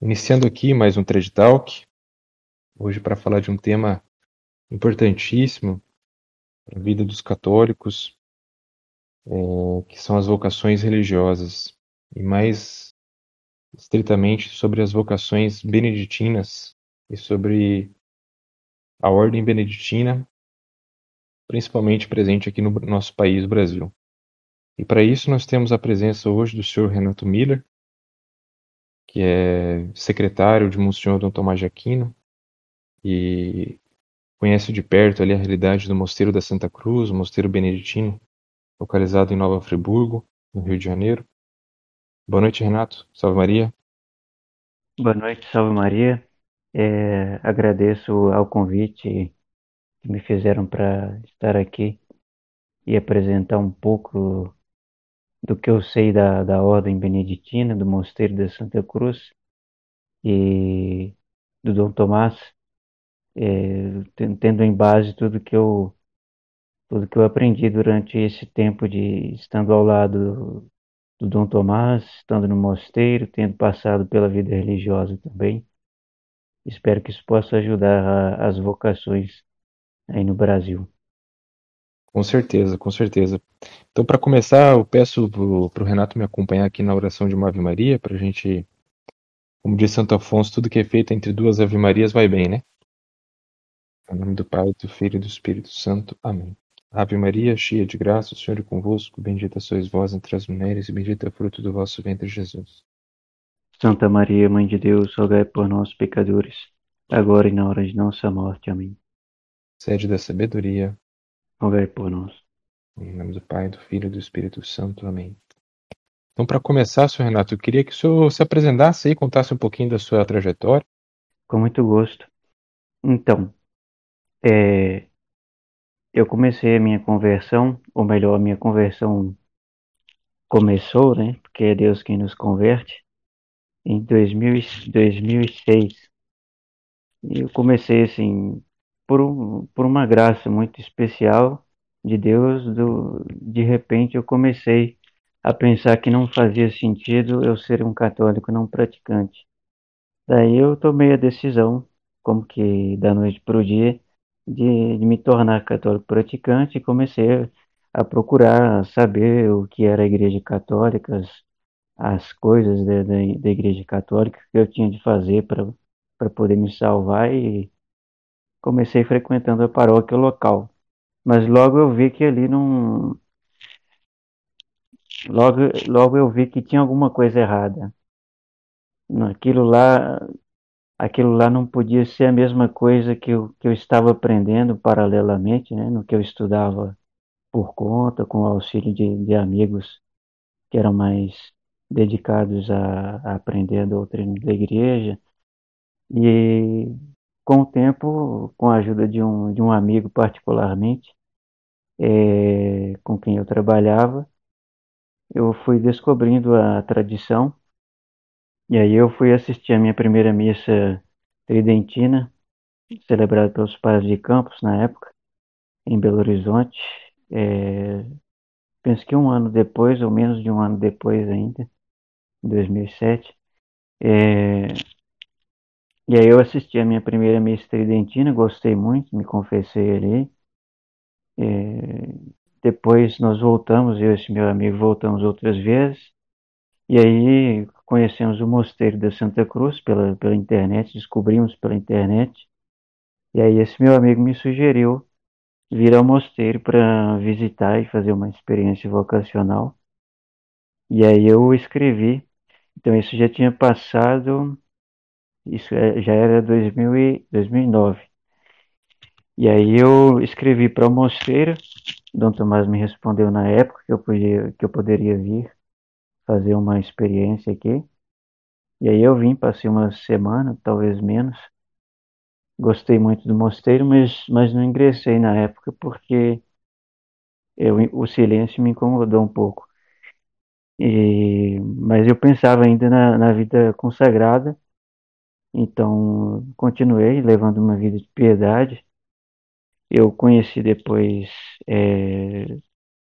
Iniciando aqui mais um Trade Talk, hoje para falar de um tema importantíssimo para a vida dos católicos, que são as vocações religiosas, e mais estritamente sobre as vocações beneditinas e sobre a ordem beneditina, principalmente presente aqui no nosso país, Brasil. E para isso nós temos a presença hoje do Sr. Renato Miller, que é secretário de Monsenhor Dom Tomás de Aquino, e conhece de perto ali a realidade do Mosteiro da Santa Cruz, o Mosteiro Beneditino, localizado em Nova Friburgo, no Rio de Janeiro. Boa noite, Renato. Salve Maria. Boa noite, salve Maria. Agradeço ao convite que me fizeram para estar aqui e apresentar um pouco do que eu sei da Ordem Beneditina, do Mosteiro da Santa Cruz e do Dom Tomás, tendo em base tudo que eu aprendi durante esse tempo de estando ao lado do Dom Tomás, estando no mosteiro, tendo passado pela vida religiosa também. Espero que isso possa ajudar as vocações aí no Brasil. Com certeza, com certeza. Então, para começar, eu peço para o Renato me acompanhar aqui na oração de uma Ave Maria, para a gente, como diz Santo Afonso, tudo que é feito entre duas Ave Marias vai bem, né? Em nome do Pai, do Filho e do Espírito Santo. Amém. Ave Maria, cheia de graça, o Senhor é convosco, bendita sois vós entre as mulheres, e bendito é o fruto do vosso ventre, Jesus. Santa Maria, Mãe de Deus, rogai por nós, pecadores, agora e na hora de nossa morte. Amém. Sede da sabedoria, Rogai por nós. em nome do Pai, do Filho e do Espírito Santo. Amém. Então, para começar, senhor Renato, eu queria que o senhor se apresentasse e contasse um pouquinho da sua trajetória. Com muito gosto. Então, é, eu comecei a minha conversão, ou melhor, a minha conversão começou, né? Porque é Deus quem nos converte, em 2006. E eu comecei assim, por uma graça muito especial de Deus, de repente eu comecei a pensar que não fazia sentido eu ser um católico não praticante. Daí eu tomei a decisão, como que da noite para o dia, de me tornar católico praticante e comecei a procurar saber o que era a Igreja Católica, as coisas da Igreja Católica que eu tinha de fazer para poder me salvar e comecei frequentando a paróquia local. Mas logo eu vi que ali não. Logo eu vi que tinha alguma coisa errada. Aquilo lá, aquilo lá não podia ser a mesma coisa que eu estava aprendendo paralelamente, né, no que eu estudava por conta, com o auxílio de amigos que eram mais dedicados a aprender a doutrina da igreja. E com o tempo, com a ajuda de um amigo particularmente, com quem eu trabalhava, eu fui descobrindo a tradição, e aí eu fui assistir a minha primeira missa tridentina, celebrada pelos Pais de Campos na época, em Belo Horizonte. É, penso que um ano depois, ou menos de um ano depois ainda, em 2007. É, e aí eu assisti a minha primeira missa tridentina, gostei muito, me confessei ali. É, depois nós voltamos, eu e esse meu amigo voltamos outras vezes. E aí conhecemos o Mosteiro da Santa Cruz pela internet, descobrimos pela internet. E aí esse meu amigo me sugeriu vir ao mosteiro para visitar e fazer uma experiência vocacional. E aí eu escrevi. Então isso já tinha passado, já era 2009. E aí eu escrevi para o mosteiro. Dom Tomás me respondeu na época que eu poderia vir fazer uma experiência aqui. E aí eu vim, passei uma semana, talvez menos. Gostei muito do mosteiro, mas não ingressei na época porque o silêncio me incomodou um pouco. Mas eu pensava ainda na vida consagrada, então continuei levando uma vida de piedade. Eu conheci depois, é,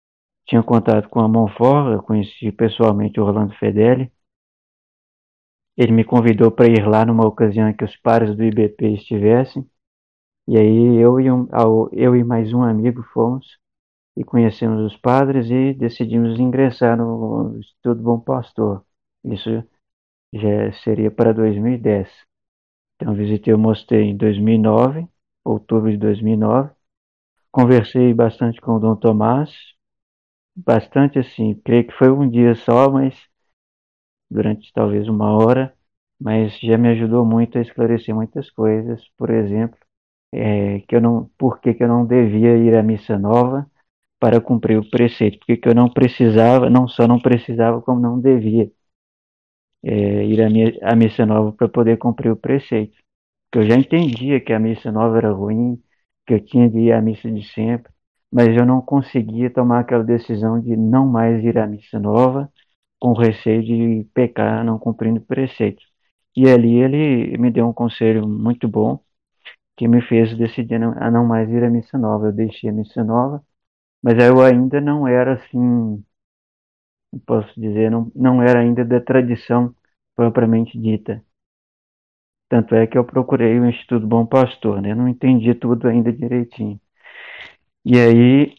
tinha contato com a Monfort, eu conheci pessoalmente o Orlando Fedeli, Ele me convidou para ir lá numa ocasião em que os pares do IBP estivessem. E aí eu e mais um amigo fomos e conhecemos os padres e decidimos ingressar no Instituto Bom Pastor. Isso já seria para 2010. Então visitei o mosteiro em 2009, outubro de 2009. Conversei bastante com o Dom Tomás, bastante assim, creio que foi um dia só, mas durante talvez uma hora, mas já me ajudou muito a esclarecer muitas coisas. Por exemplo, por que eu não devia ir à missa nova para cumprir o preceito, porque que eu não precisava, não só não precisava, como não devia ir à missa nova para poder cumprir o preceito. Porque eu já entendia que a missa nova era ruim, que eu tinha de ir à missa de sempre, mas eu não conseguia tomar aquela decisão de não mais ir à missa nova, com receio de pecar não cumprindo o preceito. E ali ele me deu um conselho muito bom, que me fez decidir a não mais ir à missa nova. Eu deixei a missa nova, mas eu ainda não era assim, posso dizer, não era ainda da tradição propriamente dita. Tanto é que eu procurei o Instituto Bom Pastor, né? Eu não entendi tudo ainda direitinho. E aí,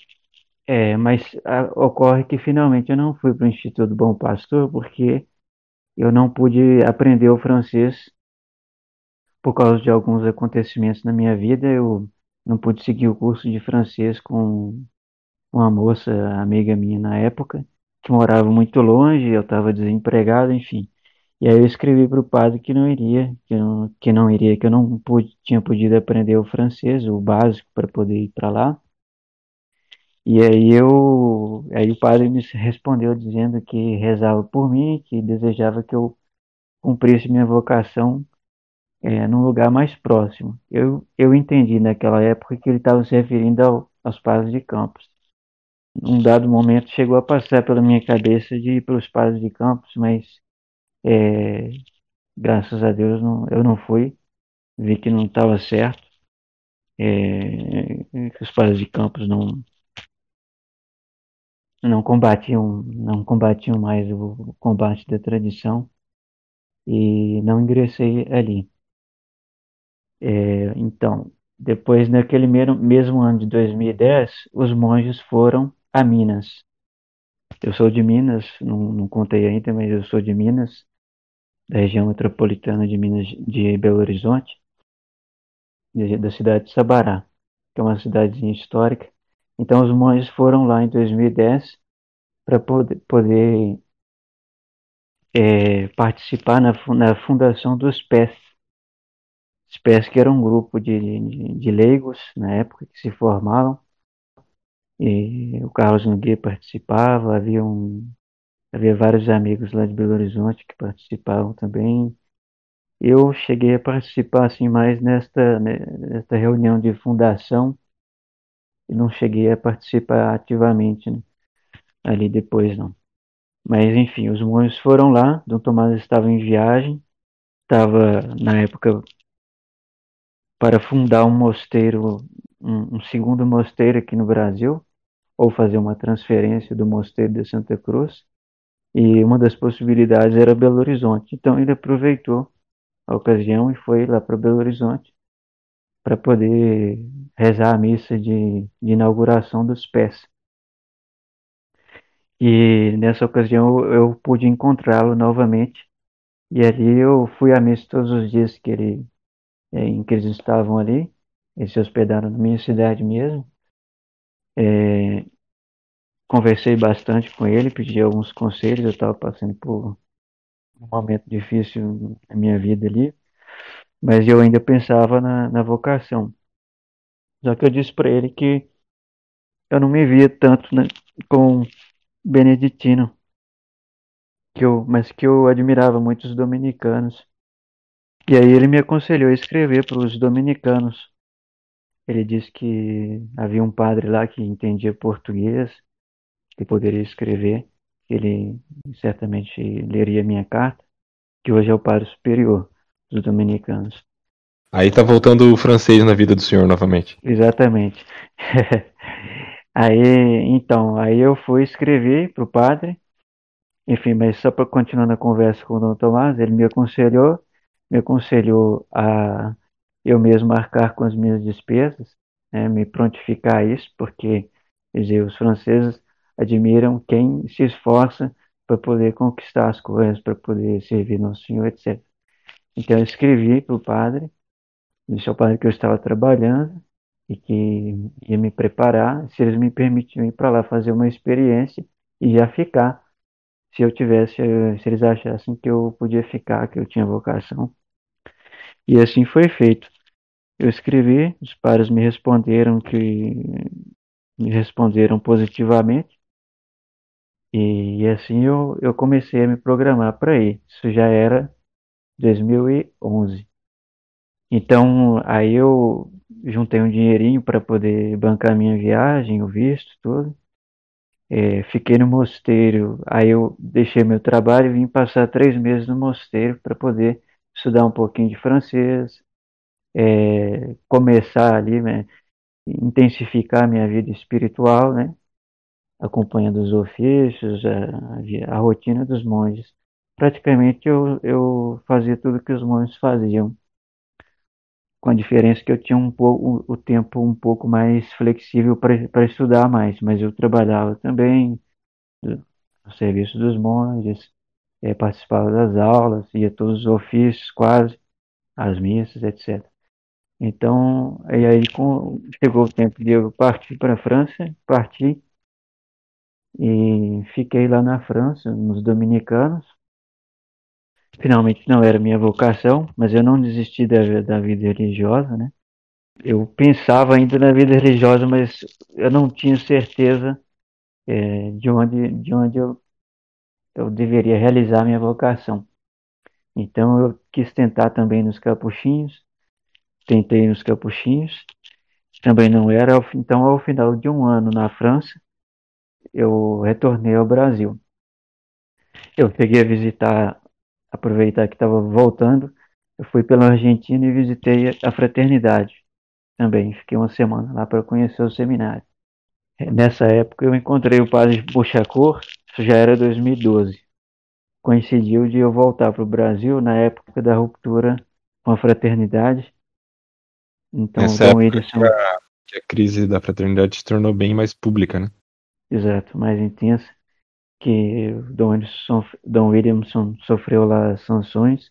ocorre que finalmente eu não fui para o Instituto Bom Pastor porque eu não pude aprender o francês por causa de alguns acontecimentos na minha vida. Eu não pude seguir o curso de francês com uma moça amiga minha na época, que morava muito longe, eu estava desempregado, enfim. E aí eu escrevi para o padre que não iria, que não iria, que eu não tinha podido aprender o francês, o básico, para poder ir para lá. E aí o padre me respondeu dizendo que rezava por mim, que desejava que eu cumprisse minha vocação num lugar mais próximo. Eu entendi naquela época que ele estava se referindo aos padres de Campos. Num dado momento chegou a passar pela minha cabeça de ir para os padres de Campos, mas é, graças a Deus eu não fui, vi que não estava certo, que os padres de Campos não combatiam mais o combate da tradição e não ingressei ali. Então, depois, naquele mesmo ano de 2010, os monges foram a Minas. Eu sou de Minas, não contei ainda, mas eu sou de Minas, da região metropolitana de Minas, de Belo Horizonte, da cidade de Sabará, que é uma cidadezinha histórica. Então, os monges foram lá em 2010 para poder participar na fundação dos PES. Os PES que era um grupo de leigos na época que se formavam, e o Carlos Nogueira participava, havia vários amigos lá de Belo Horizonte que participavam também. Eu cheguei a participar assim mais nesta reunião de fundação e não cheguei a participar ativamente, né, ali depois não. Mas enfim, os monges foram lá, Dom Tomás estava em viagem, estava na época para fundar um mosteiro, um segundo mosteiro aqui no Brasil, ou fazer uma transferência do mosteiro de Santa Cruz, e uma das possibilidades era Belo Horizonte. Então ele aproveitou a ocasião e foi lá para Belo Horizonte para poder rezar a missa de inauguração dos pés. E nessa ocasião eu pude encontrá-lo novamente. E ali eu fui à missa todos os dias em que eles estavam ali. Eles se hospedaram na minha cidade mesmo. É, conversei bastante com ele, pedi alguns conselhos. Eu estava passando por um momento difícil na minha vida ali, mas eu ainda pensava na vocação. Só que eu disse para ele que eu não me via tanto, né, com beneditino, mas que eu admirava muito os dominicanos. E aí ele me aconselhou a escrever para os dominicanos. Ele disse que havia um padre lá que entendia português, que poderia escrever, que ele certamente leria minha carta, que hoje é o padre superior dos dominicanos. Aí tá voltando o francês na vida do senhor novamente. Exatamente. Aí eu fui escrever para o padre Enfim, mas só para continuar na conversa com o Dom Tomás, ele me aconselhou a eu mesmo arcar com as minhas despesas, né, me prontificar a isso, porque, quer dizer, os franceses admiram quem se esforça para poder conquistar as coisas, para poder servir Nosso Senhor, etc. Então eu escrevi para o padre, disse ao padre que eu estava trabalhando e que ia me preparar, se eles me permitiam ir para lá fazer uma experiência e já ficar se eu tivesse, se eles achassem que eu podia ficar, que eu tinha vocação. E assim foi feito. Eu escrevi, os padres me responderam positivamente e assim eu comecei a me programar para ir. Isso já era 2011. Então aí eu juntei um dinheirinho para poder bancar minha viagem, o visto, tudo. Fiquei no mosteiro, aí eu deixei meu trabalho e vim passar 3 meses no mosteiro para poder estudar um pouquinho de francês, começar ali, né, intensificar minha vida espiritual, né, acompanhando os ofícios, a rotina dos monges. Praticamente eu fazia tudo que os monges faziam, com a diferença que eu tinha um pouco o tempo um pouco mais flexível para estudar mais, mas eu trabalhava também no serviço dos monges, participava das aulas, ia a todos os ofícios quase, as missas, etc. Então, e aí chegou o tempo de eu partir para a França, parti e fiquei lá na França, nos Dominicanos. Finalmente não era minha vocação, mas eu não desisti da vida religiosa, né? Eu pensava ainda na vida religiosa, mas eu não tinha certeza de onde eu deveria realizar minha vocação. Então eu quis tentar também nos capuchinhos, tentei nos capuchinhos, também não era. Então, ao final de um ano na França, eu retornei ao Brasil. Eu cheguei a visitar, aproveitar que estava voltando, eu fui pela Argentina e visitei a fraternidade também. Fiquei uma semana lá para conhecer o seminário. Nessa época eu encontrei o padre Buchacor, isso já era 2012. Coincidiu de eu voltar para o Brasil na época da ruptura com a fraternidade. Então, o Nessa Dom época Williamson, que a crise da fraternidade se tornou bem mais pública, né? exato, mais intensa, que o Dom Williamson sofreu lá sanções.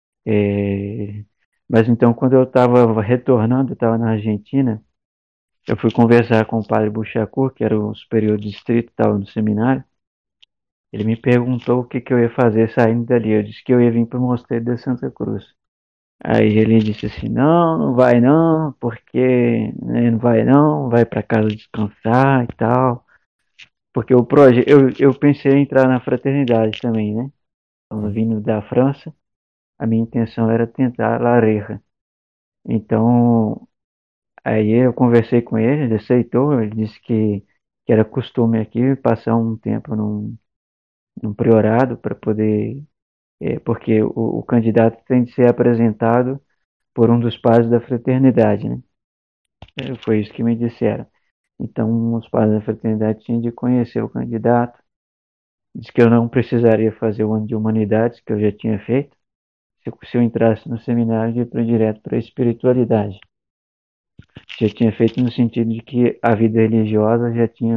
É, mas então, quando eu estava retornando, eu estava na Argentina, eu fui conversar com o padre Buchacur, que era o superior do distrito, estava no seminário. Ele me perguntou o que, que eu ia fazer saindo dali. Eu disse que eu ia vir para o Mosteiro da Santa Cruz. Aí ele disse assim: não, não vai não, porque né, não vai não, vai para casa descansar e tal. Porque o projeto, eu pensei em entrar na fraternidade também, né? Então, vindo da França, a minha intenção era tentar La Reja. Então, aí eu conversei com ele, ele aceitou, ele disse que era costume aqui passar um tempo num priorado para poder, porque o candidato tem de ser apresentado por um dos padres da fraternidade, né? Foi isso que me disseram. Então, os padres da fraternidade tinham de conhecer o candidato, disse que eu não precisaria fazer o ano de humanidades, que eu já tinha feito. Se eu entrasse no seminário, eu ia direto para a espiritualidade. Já tinha feito no sentido de que a vida religiosa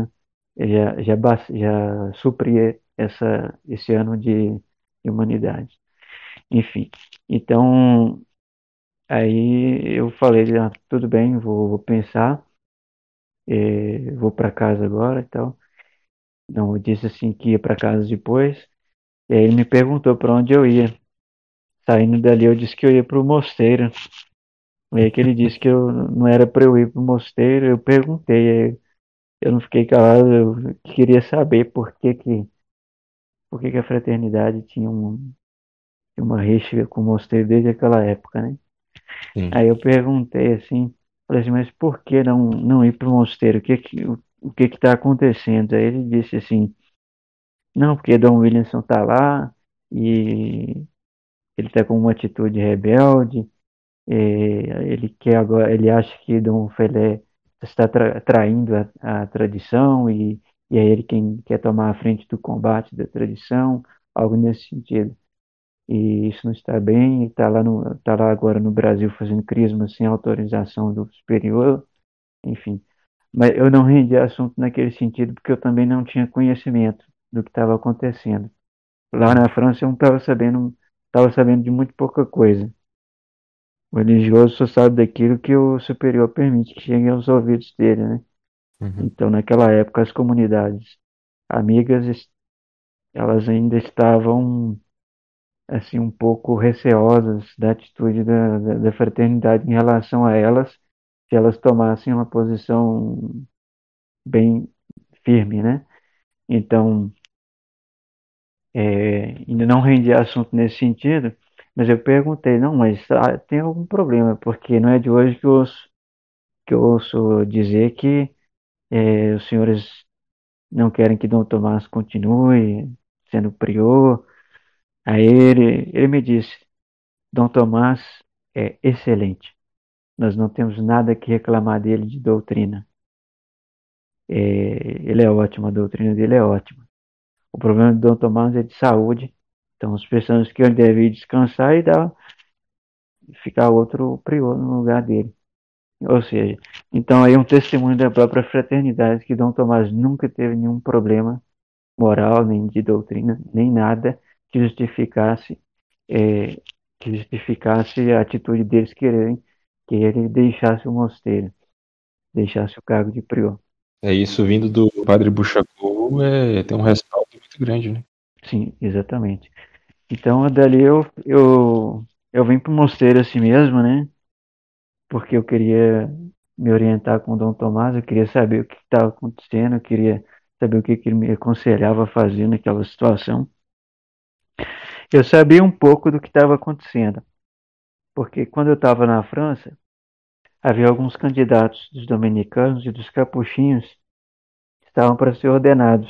já supria esse ano de humanidade. Enfim, então aí eu falei, tudo bem, vou pensar, vou para casa agora e tal. Então eu disse assim que ia para casa depois. E aí ele me perguntou para onde eu ia. Saindo dali eu disse que eu ia para o mosteiro. E aí que ele disse que eu não era para eu ir para o mosteiro. Eu perguntei, eu não fiquei calado, eu queria saber por que a fraternidade tinha uma rixa com o mosteiro desde aquela época, né? Sim. Aí eu perguntei assim, falei assim, mas por que não ir para o mosteiro? O que está acontecendo? Aí ele disse assim, não, porque Dom Williamson está lá e ele está com uma atitude rebelde. Ele quer agora, ele acha que Dom Pelé está traindo a tradição e é ele quem quer tomar a frente do combate da tradição, algo nesse sentido. E isso não está bem, está lá, tá lá agora no Brasil fazendo crisma sem autorização do superior, enfim. Mas eu não rendi assunto naquele sentido porque eu também não tinha conhecimento do que estava acontecendo. Lá na França eu não estava sabendo de muito pouca coisa. O religioso só sabe daquilo que o superior permite que chegue aos ouvidos dele, né? Uhum. Então, naquela época, as comunidades amigas, elas ainda estavam, assim, um pouco receosas da atitude da fraternidade em relação a elas, se elas tomassem uma posição bem firme, né? Então, ainda não rendi assunto nesse sentido, mas eu perguntei, não, mas tem algum problema, porque não é de hoje que eu ouço dizer que os senhores não querem que Dom Tomás continue sendo prior. Aí ele me disse, Dom Tomás é excelente, nós não temos nada que reclamar dele de doutrina. Ele é ótimo, a doutrina dele é ótima. O problema de Dom Tomás é de saúde, então as pessoas que ele deve ir descansar e ficar outro prior no lugar dele. Ou seja, então aí um testemunho da própria fraternidade que Dom Tomás nunca teve nenhum problema moral, nem de doutrina, nem nada que justificasse, é, que justificasse a atitude deles quererem que ele deixasse o mosteiro, deixasse o cargo de prior. É isso vindo do padre Buchacu, tem um respaldo muito grande, né? Sim, exatamente. Então, dali eu vim para o mosteiro assim mesmo, né? Porque eu queria me orientar com o Dom Tomás, eu queria saber o que estava acontecendo, eu queria saber o que ele me aconselhava a fazer naquela situação. Eu sabia um pouco do que estava acontecendo, porque quando eu estava na França, havia alguns candidatos dos dominicanos e dos capuchinhos que estavam para ser ordenados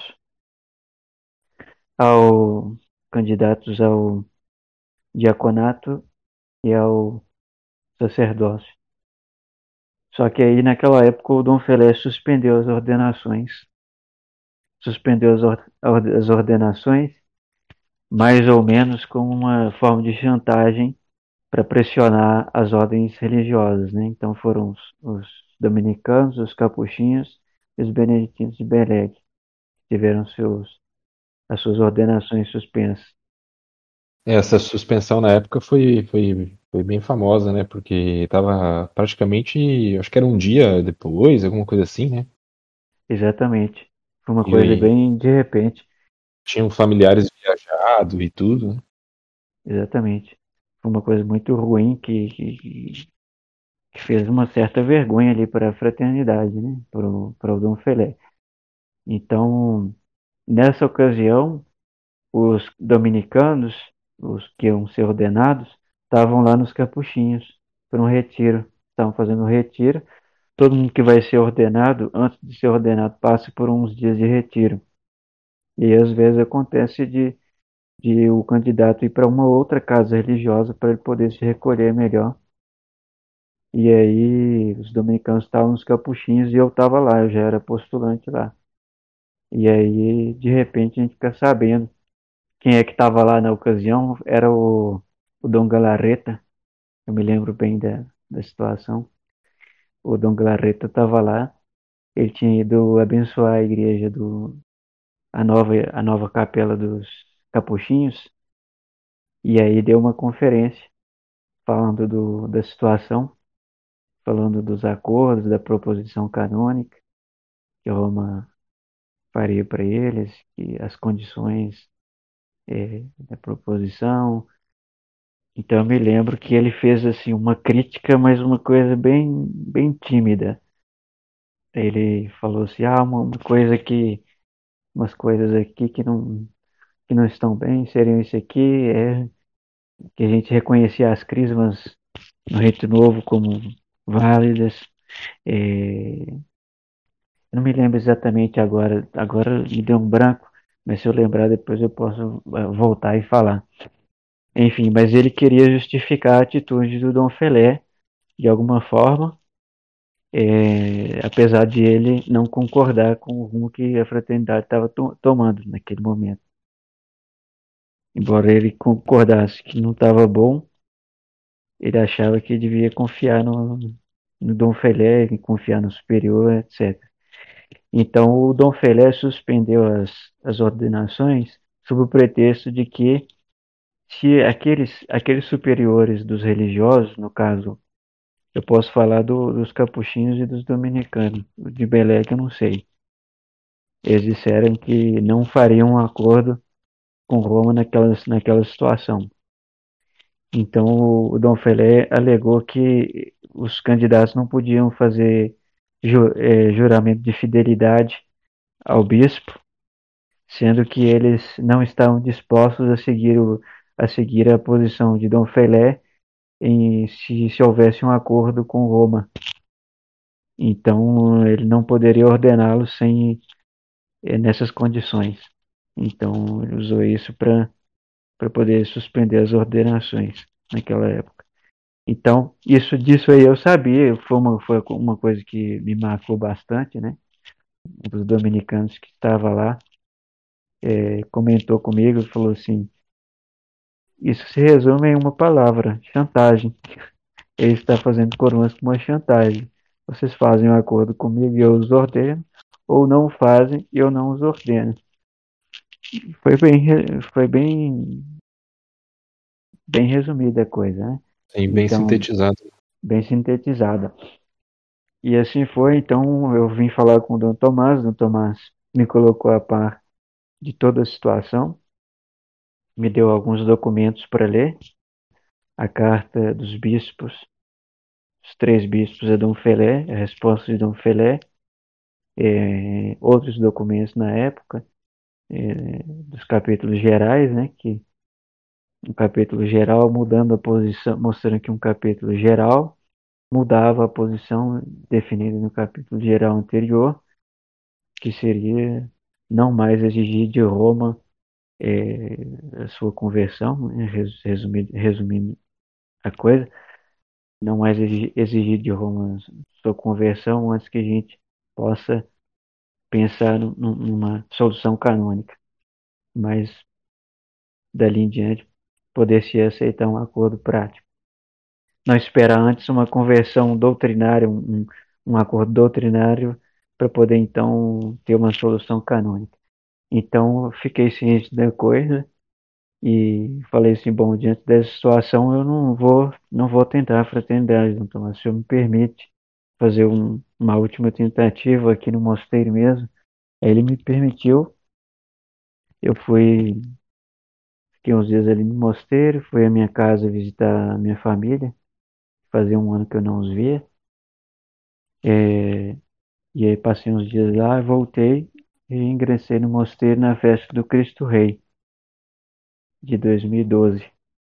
ao candidatos ao diaconato e ao sacerdócio. Só que aí naquela época o Dom Felé suspendeu as ordenações, suspendeu as ordenações, mais ou menos como uma forma de chantagem para pressionar as ordens religiosas, né? Então foram os dominicanos, os capuchinhos e os beneditinos de Beleg que tiveram as suas ordenações suspensas. Essa suspensão na época foi bem famosa, né? Porque estava praticamente, acho que era um dia depois, alguma coisa assim, né? Exatamente. Foi uma coisa E bem de repente. tinham familiares viajados e tudo, né? Exatamente. Foi uma coisa muito ruim que fez uma certa vergonha ali para a fraternidade, né? Para o Dom Felé. Então, nessa ocasião, os dominicanos, os que iam ser ordenados, estavam lá nos capuchinhos para um retiro. Estavam fazendo um retiro. Todo mundo que vai ser ordenado, antes de ser ordenado, passa por uns dias de retiro. E às vezes acontece de o candidato ir para uma outra casa religiosa para ele poder se recolher melhor. E aí os dominicanos estavam nos capuchinhos e eu estava lá, eu já era postulante lá. E aí, de repente, a gente fica sabendo quem é que estava lá na ocasião, era o Dom Galarreta, eu me lembro bem da situação. O Dom Galarreta estava lá, ele tinha ido abençoar a igreja a nova capela dos capuchinhos, e aí deu uma conferência falando da situação, falando dos acordos, da proposição canônica que Roma faria para eles, que as condições da proposição. Então eu me lembro que ele fez assim uma crítica, mas uma coisa bem tímida. Ele falou assim, uma coisa umas coisas aqui que não estão bem seriam isso aqui, que a gente reconhecia as crismas no Rito Novo como válidas. Eu não me lembro exatamente agora me deu um branco, mas se eu lembrar depois eu posso voltar e falar. Enfim, mas ele queria justificar a atitude do Dom Felé, de alguma forma, apesar de ele não concordar com o rumo que a fraternidade estava tomando naquele momento. Embora ele concordasse que não estava bom, ele achava que devia confiar no Dom Felé, confiar no superior, etc. Então o Dom Felé suspendeu as ordenações sob o pretexto de que se aqueles superiores dos religiosos, no caso, eu posso falar dos capuchinhos e dos dominicanos, de Belé que eu não sei, eles disseram que não fariam um acordo com Roma naquela situação. Então o Dom Felé alegou que os candidatos não podiam fazer juramento de fidelidade ao bispo, sendo que eles não estavam dispostos a seguir a posição de Dom Felé se houvesse um acordo com Roma. Então ele não poderia ordená-los nessas condições. Então ele usou isso para poder suspender as ordenações naquela época. Então, disso aí eu sabia, foi uma coisa que me marcou bastante, né? Um dos dominicanos que estava lá comentou comigo e falou assim: isso se resume em uma palavra, chantagem. Ele está fazendo coroas com uma chantagem. Vocês fazem um acordo comigo e eu os ordeno, ou não fazem e eu não os ordeno. Foi bem resumida a coisa, né? Sim, bem Então, sintetizado. bem sintetizada. E assim foi, então eu vim falar com o Dom Tomás me colocou a par de toda a situação, me deu alguns documentos para ler, a carta dos bispos, os três bispos a Dom Felé, a resposta de Dom Felé, outros documentos na época, dos capítulos gerais, né, que um capítulo geral mudando a posição, mostrando que um capítulo geral mudava a posição definida no capítulo geral anterior, que seria não mais exigir de Roma a sua conversão, né, resumindo a coisa, não mais exigir de Roma sua conversão antes que a gente possa pensar numa solução canônica, mas dali em diante poder-se aceitar um acordo prático. Não esperar antes uma conversão doutrinária, um acordo doutrinário para poder então ter uma solução canônica. Então eu fiquei ciente da coisa e falei assim, bom, diante dessa situação eu não vou tentar a fraternidade, não, Tomás, o senhor me permite fazer uma última tentativa aqui no mosteiro mesmo. Aí ele me permitiu, eu fiquei uns dias ali no mosteiro, fui à minha casa visitar a minha família, fazia um ano que eu não os via, é, e aí passei uns dias lá, voltei e ingressei no mosteiro na festa do Cristo Rei, de 2012.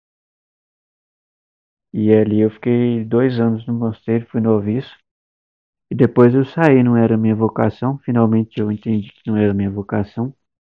E ali eu fiquei 2 anos no mosteiro, fui noviço. E depois eu saí, não era minha vocação. Finalmente eu entendi que não era minha vocação.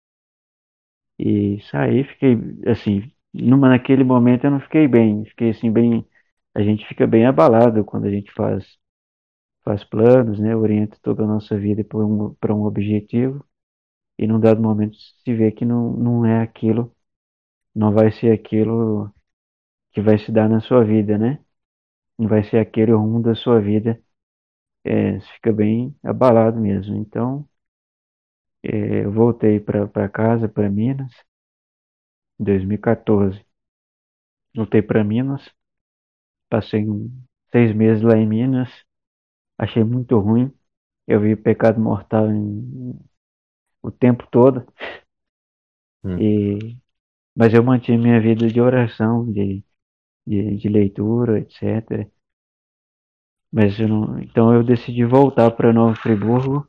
E saí, fiquei assim, naquele momento eu não fiquei bem. Fiquei assim, bem. A gente fica bem abalado quando a gente faz planos, né? Orienta toda a nossa vida para um objetivo. E num dado momento se vê que não é aquilo, não vai ser aquilo que vai se dar na sua vida, né? Não vai ser aquele rumo da sua vida. Você fica bem abalado mesmo. Então, eu voltei para casa, para Minas, em 2014. Voltei para Minas, passei 6 meses lá em Minas, achei muito ruim. Eu vi pecado mortal o tempo todo, Hum. e, mas eu mantive minha vida de oração, de leitura, etc. Mas então eu decidi voltar para Nova Friburgo,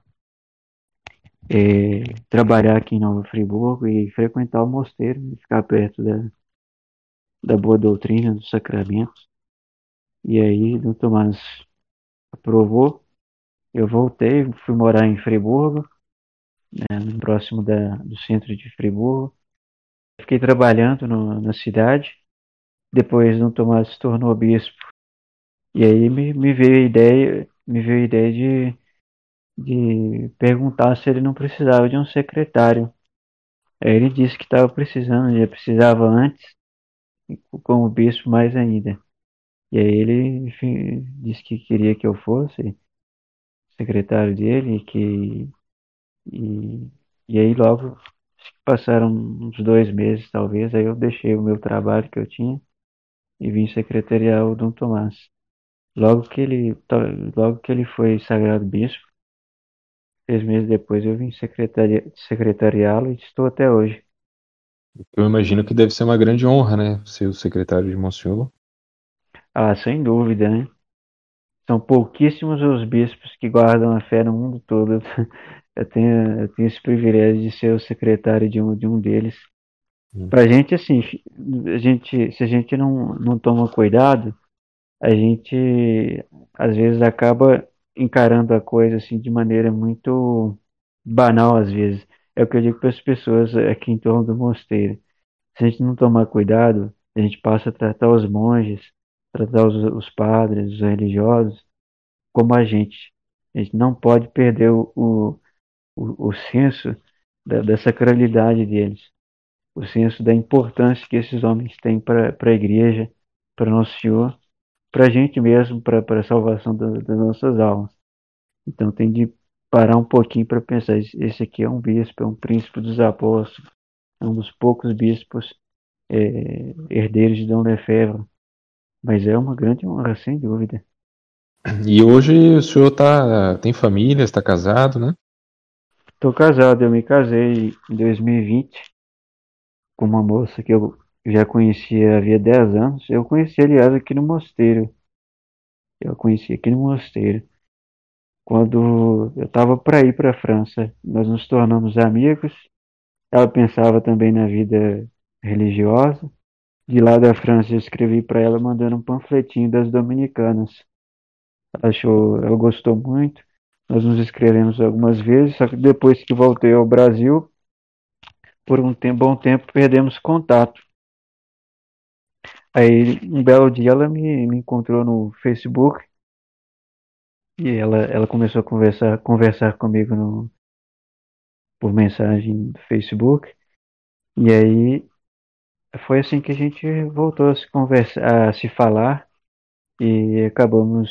trabalhar aqui em Nova Friburgo e frequentar o mosteiro, ficar perto da boa doutrina, dos sacramentos. E aí, o Tomás aprovou. Eu voltei, fui morar em Friburgo, né, próximo do centro de Friburgo. Fiquei trabalhando na cidade. Depois, o Tomás se tornou bispo. E aí me veio a ideia. me veio a ideia de perguntar se ele não precisava de um secretário. Aí ele disse que estava precisando, já precisava antes, e como bispo mais ainda. E aí ele, enfim, disse que queria que eu fosse secretário dele e, e aí logo passaram uns 2 meses talvez, aí eu deixei o meu trabalho que eu tinha e vim secretariar o Dom Tomás. Logo que ele foi sagrado bispo, 6 meses depois eu vim secretariá-lo e estou até hoje. Eu imagino que deve ser uma grande honra, né? Ser o secretário de Monsenhor. Ah, sem dúvida, né? São pouquíssimos os bispos que guardam a fé no mundo todo. Eu tenho esse privilégio de ser o secretário de um deles. Hum. Pra gente, assim, se a gente não toma cuidado, a gente às vezes acaba encarando a coisa assim de maneira muito banal às vezes. É o que eu digo para as pessoas aqui em torno do mosteiro. Se a gente não tomar cuidado, a gente passa a tratar os monges, tratar os padres, os religiosos como a gente. A gente não pode perder o senso da sacralidade deles, o senso da importância que esses homens têm para a igreja, para Nosso Senhor, para a gente mesmo, para a salvação das nossas almas. Então tem de parar um pouquinho para pensar, esse aqui é um bispo, é um príncipe dos apóstolos, é um dos poucos bispos herdeiros de Dom Lefebvre, mas é uma grande honra, sem dúvida. E hoje o senhor tem família, está casado, né? Estou casado, eu me casei em 2020 com uma moça que eu já conhecia havia 10 anos. Eu conheci, aliás, aqui no mosteiro. Eu a conheci aqui no mosteiro. Quando eu estava para ir para a França, nós nos tornamos amigos. Ela pensava também na vida religiosa. De lá da França, eu escrevi para ela mandando um panfletinho das dominicanas. Ela gostou muito. Nós nos escrevemos algumas vezes, só que depois que voltei ao Brasil, por bom tempo, perdemos contato. Aí, um belo dia, ela me encontrou no Facebook e ela começou a conversar comigo por mensagem do Facebook. E aí, foi assim que a gente voltou a se conversar, a se falar e acabamos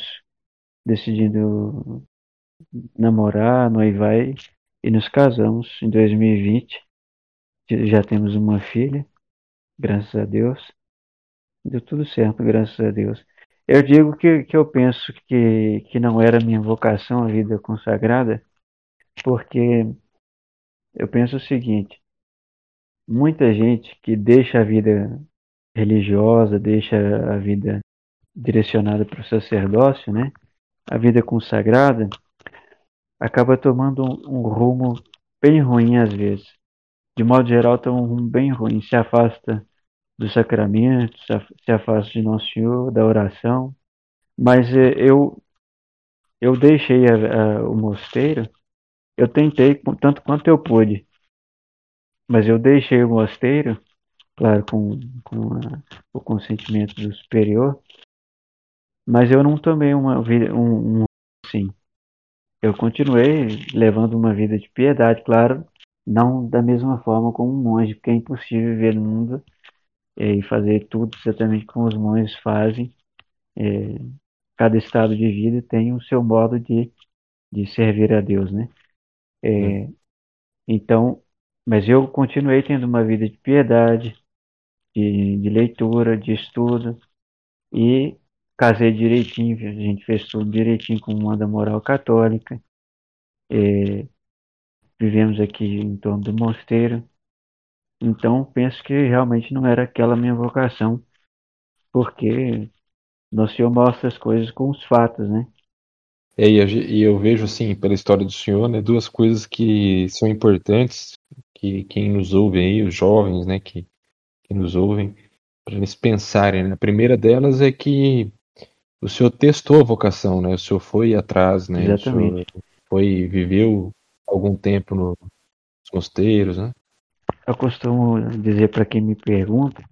decidindo namorar, noivar e nos casamos em 2020. Já temos uma filha, graças a Deus. Deu tudo certo, graças a Deus. Eu digo que eu penso que não era minha vocação a vida consagrada, porque eu penso o seguinte: muita gente que deixa a vida religiosa, deixa a vida direcionada para o sacerdócio, né? A vida consagrada, acaba tomando um rumo bem ruim às vezes. De modo geral, toma um rumo bem ruim, se afasta dos sacramentos, se afasta de Nosso Senhor, da oração. Mas eu deixei o mosteiro, eu tentei tanto quanto eu pude, mas eu deixei o mosteiro, claro, o consentimento do superior, mas eu não tomei uma vida, sim. Eu continuei levando uma vida de piedade, claro, não da mesma forma como um monge, porque é impossível viver no mundo e fazer tudo exatamente como os monges fazem. É, cada estado de vida tem o seu modo de servir a Deus, né? Hum. É, então, mas eu continuei tendo uma vida de piedade, de leitura, de estudo e casei direitinho, a gente fez tudo direitinho com manda moral católica. É, vivemos aqui em torno do mosteiro. Então, penso que realmente não era aquela minha vocação, porque Nosso Senhor mostra as coisas com os fatos, né? E eu vejo, assim, pela história do senhor, né, duas coisas que são importantes, que quem nos ouve aí, os jovens, né, que nos ouvem, para eles pensarem, né? A primeira delas é que o senhor testou a vocação, né? O senhor foi atrás, né? O senhor Exatamente. viveu algum tempo nos mosteiros, né? Eu costumo dizer para quem me pergunta,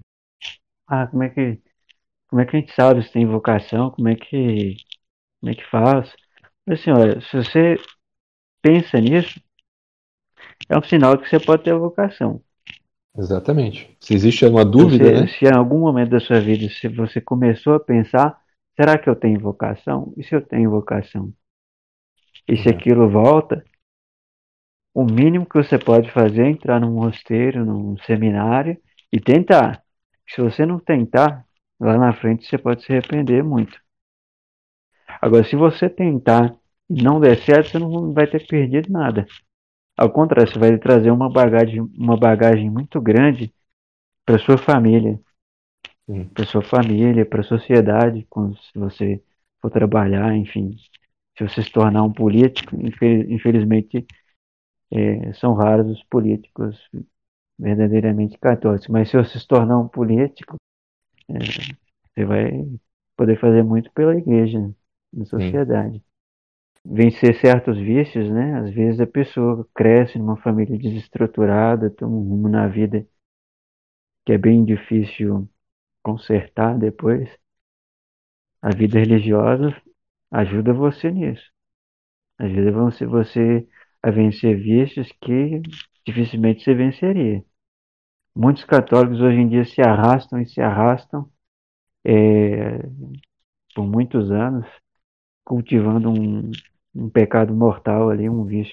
como é que a gente sabe se tem vocação, como é que faz? Assim, olha, se você pensa nisso, é um sinal que você pode ter vocação. Exatamente. Se existe uma Se, dúvida, você, né? se em algum momento da sua vida, se você começou a pensar, será que eu tenho vocação? E se eu tenho vocação? E se É. aquilo volta, o mínimo que você pode fazer é entrar num mosteiro, num seminário e tentar. Se você não tentar, lá na frente você pode se arrepender muito. Agora, se você tentar e não der certo, você não vai ter perdido nada. Ao contrário, você vai trazer uma bagagem muito grande para sua família, Sim, para a sociedade, quando se você for trabalhar, enfim, se você se tornar um político, infelizmente são raros os políticos verdadeiramente católicos, mas se você se tornar um político, você vai poder fazer muito pela igreja, na sim, sociedade. Vencer certos vícios, né? Às vezes a pessoa cresce numa família desestruturada, toma um rumo na vida que é bem difícil consertar depois. A vida religiosa ajuda você nisso. Ajuda você a vencer vícios que dificilmente você venceria. Muitos católicos hoje em dia se arrastam e se arrastam é, por muitos anos, cultivando um pecado mortal ali,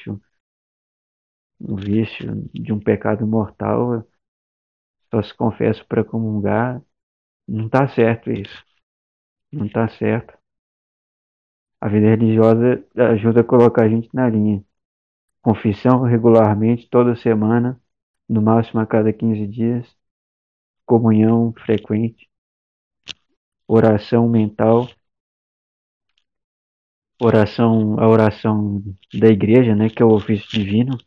um vício de um pecado mortal. Só se confessa para comungar. Não está certo isso. Não está certo. A vida religiosa ajuda a colocar a gente na linha. Confissão regularmente, toda semana, no máximo a cada 15 dias. Comunhão frequente. Oração mental. A oração da igreja, né, que é o ofício divino.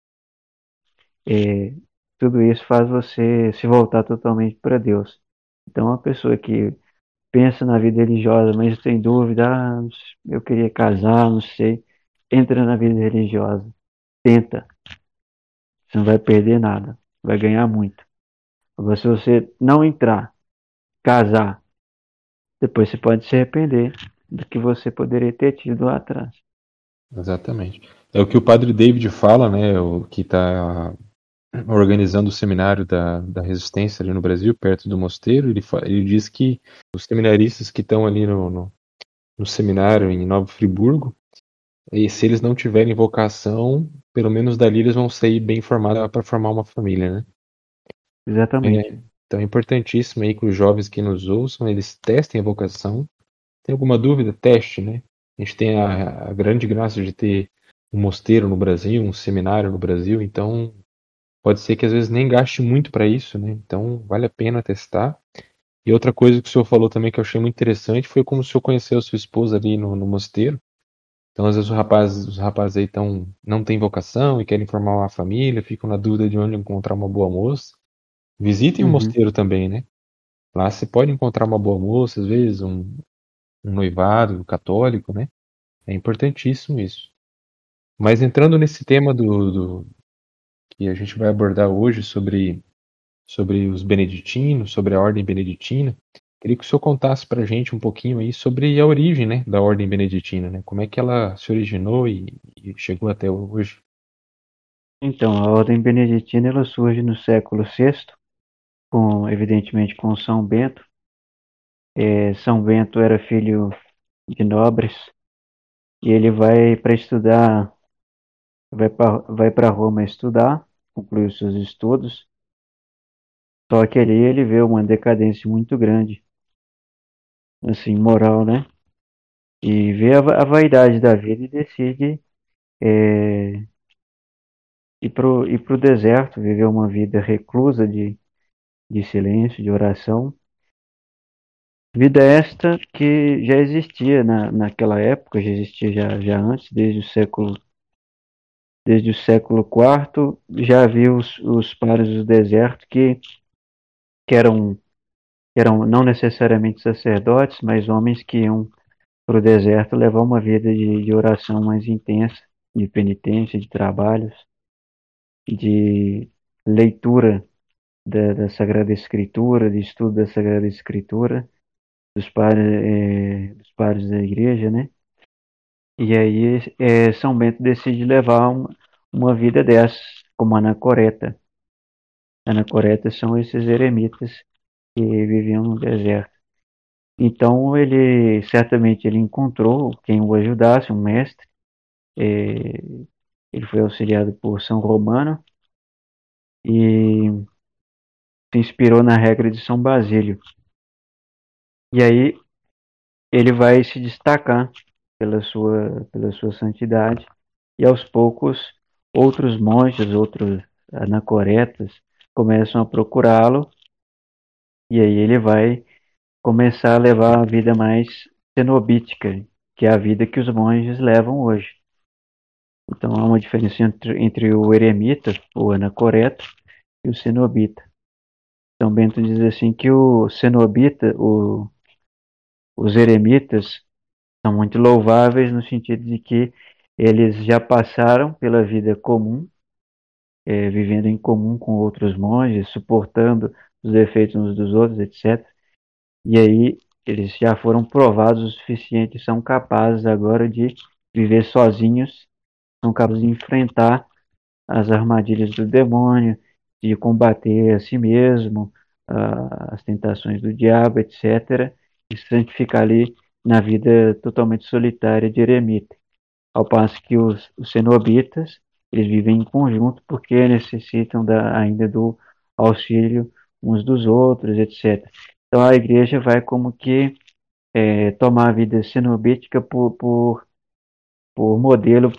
É, tudo isso faz você se voltar totalmente para Deus. Então, a pessoa que pensa na vida religiosa, mas tem dúvida, eu queria casar, não sei, entra na vida religiosa, tenta, você não vai perder nada, vai ganhar muito. Agora, se você não entrar, casar, depois você pode se arrepender do que você poderia ter tido lá atrás. exatamente. É o que o padre David fala, né? O que está organizando o seminário da Resistência ali no Brasil, perto do mosteiro. Ele diz que os seminaristas que estão ali no seminário em Nova Friburgo, e se eles não tiverem vocação, pelo menos dali eles vão sair bem formados para formar uma família, né? Exatamente. Então é importantíssimo aí que os jovens que nos ouçam, eles testem a vocação. Tem alguma dúvida? Teste, né? A gente tem a grande graça de ter um mosteiro no Brasil, um seminário no Brasil, então pode ser que às vezes nem gaste muito para isso, né? Então vale a pena testar. E outra coisa que o senhor falou também que eu achei muito interessante foi como o senhor conheceu a sua esposa ali no mosteiro. Então, às vezes, os rapazes aí não têm vocação e querem formar uma família, ficam na dúvida de onde encontrar uma boa moça. Visitem o Uhum. mosteiro também, né? Lá você pode encontrar uma boa moça, às vezes, um noivado católico, né? É importantíssimo isso. Mas entrando nesse tema que a gente vai abordar hoje sobre os beneditinos, sobre a ordem beneditina, queria que o senhor contasse para a gente um pouquinho aí sobre a origem, né, da ordem beneditina, né? Como é que ela se originou e chegou até hoje. Então, a ordem beneditina ela surge no século VI, evidentemente com São Bento. São Bento era filho de nobres e ele vai para estudar, vai para Roma estudar, concluir os seus estudos. Só que ali ele vê uma decadência muito grande, assim, moral, né? E vê a vaidade da vida e decide é, ir pro deserto, viver uma vida reclusa de silêncio, de oração. Vida esta que já existia naquela época, já existia já antes, desde o século IV, já havia os pares do deserto que eram não necessariamente sacerdotes, mas homens que iam para o deserto levar uma vida de oração mais intensa, de penitência, de trabalhos, de leitura da Sagrada Escritura, de estudo da Sagrada Escritura, dos pares da igreja, né? E aí São Bento decide levar uma vida dessas, como anacoreta. Anacoretas são esses eremitas que viviam no deserto. Então ele certamente ele encontrou quem o ajudasse, um mestre. eh, Ele foi auxiliado por São Romano e se inspirou na regra de São Basílio. E aí ele vai se destacar pela sua santidade e aos poucos outros monges, outros anacoretas começam a procurá-lo e aí ele vai começar a levar a vida mais cenobítica, que é a vida que os monges levam hoje. Então há uma diferença entre o eremita, o anacoreta, e o cenobita. São Bento diz assim que o cenobita, os eremitas, são muito louváveis no sentido de que eles já passaram pela vida comum, vivendo em comum com outros monges, suportando os defeitos uns dos outros, etc. E aí eles já foram provados o suficiente, são capazes agora de viver sozinhos, são capazes de enfrentar as armadilhas do demônio, de combater a si mesmo, as tentações do diabo, etc., e se santificar ali na vida totalmente solitária de eremita. Ao passo que os cenobitas, eles vivem em conjunto porque necessitam ainda do auxílio uns dos outros, etc. Então a igreja vai como que tomar a vida cenobítica por modelo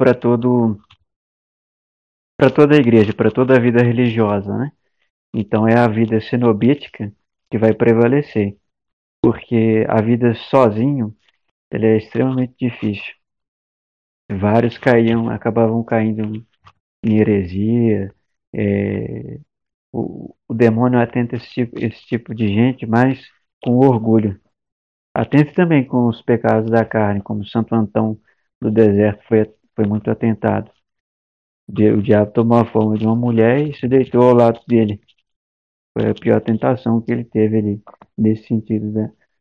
para toda a igreja, para toda a vida religiosa, né? Então é a vida cenobítica que vai prevalecer, porque a vida sozinho ela é extremamente difícil. Vários acabavam caindo em heresia. é, o demônio atenta esse tipo de gente, mas com orgulho. Atenta também com os pecados da carne, como Santo Antão do deserto foi muito atentado. O diabo tomou a forma de uma mulher e se deitou ao lado dele. Foi a pior tentação que ele teve ali, nesse sentido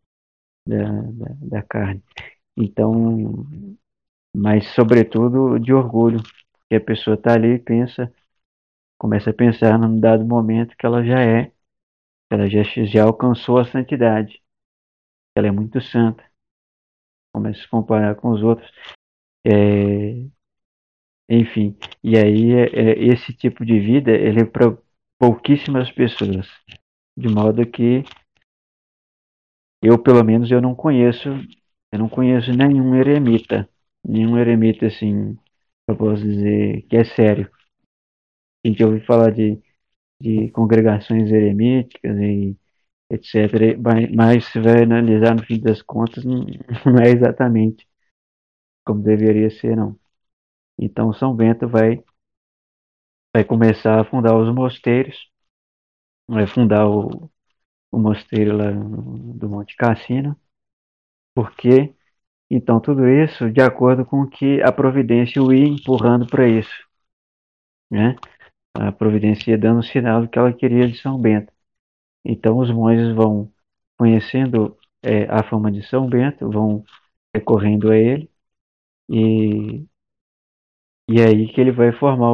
da carne. Então, mas sobretudo de orgulho, que a pessoa está ali e começa a pensar num dado momento que ela já alcançou a santidade, ela é muito santa, começa a se comparar com os outros, é, enfim, e aí esse tipo de vida ele é para pouquíssimas pessoas, de modo que eu pelo menos eu não conheço nenhum eremita assim, eu posso dizer que é sério. A gente ouve falar de congregações eremíticas e etc. Mas se vai analisar no fim das contas, não, não é exatamente como deveria ser, não. Então São Bento vai começar a fundar os mosteiros, vai fundar o mosteiro lá do Monte Cassino, porque então tudo isso de acordo com que a providência o ia empurrando para isso, né? A providência ia dando sinal do que ela queria de São Bento. Então os monges vão conhecendo a fama de São Bento, vão recorrendo a ele e, e aí que ele vai formar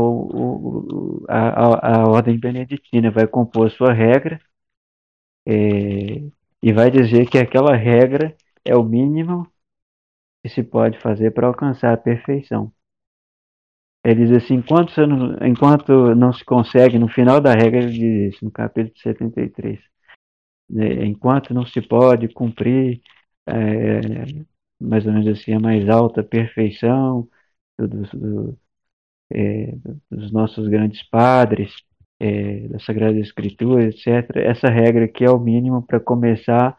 a ordem beneditina, vai compor a sua regra e vai dizer que aquela regra é o mínimo que se pode fazer para alcançar a perfeição. Ele diz assim, enquanto não se consegue, no final da regra ele diz isso, no capítulo 73, né, enquanto não se pode cumprir é, mais ou menos assim, a mais alta perfeição do, do, é, dos nossos grandes padres, da Sagrada Escritura, etc. Essa regra aqui é o mínimo para começar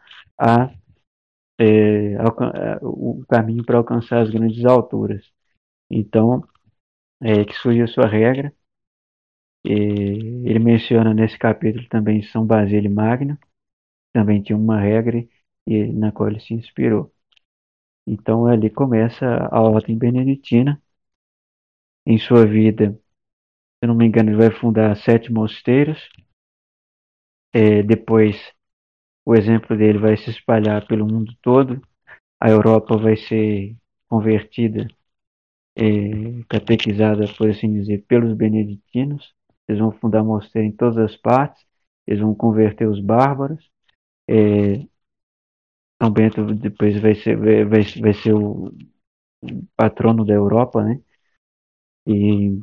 o caminho para alcançar as grandes alturas. Então, que surge a sua regra. Ele menciona nesse capítulo também São Basílio Magno, também tinha uma regra na qual ele se inspirou. Então ali começa a ordem beneditina. Em sua vida, se eu não me engano, ele vai fundar 7 mosteiros. Depois, o exemplo dele vai se espalhar pelo mundo todo. A Europa vai ser convertida catequizada, por assim dizer, pelos beneditinos. Eles vão fundar mosteiro em todas as partes, eles vão converter os bárbaros. É, São Bento depois vai ser o patrono da Europa, né? E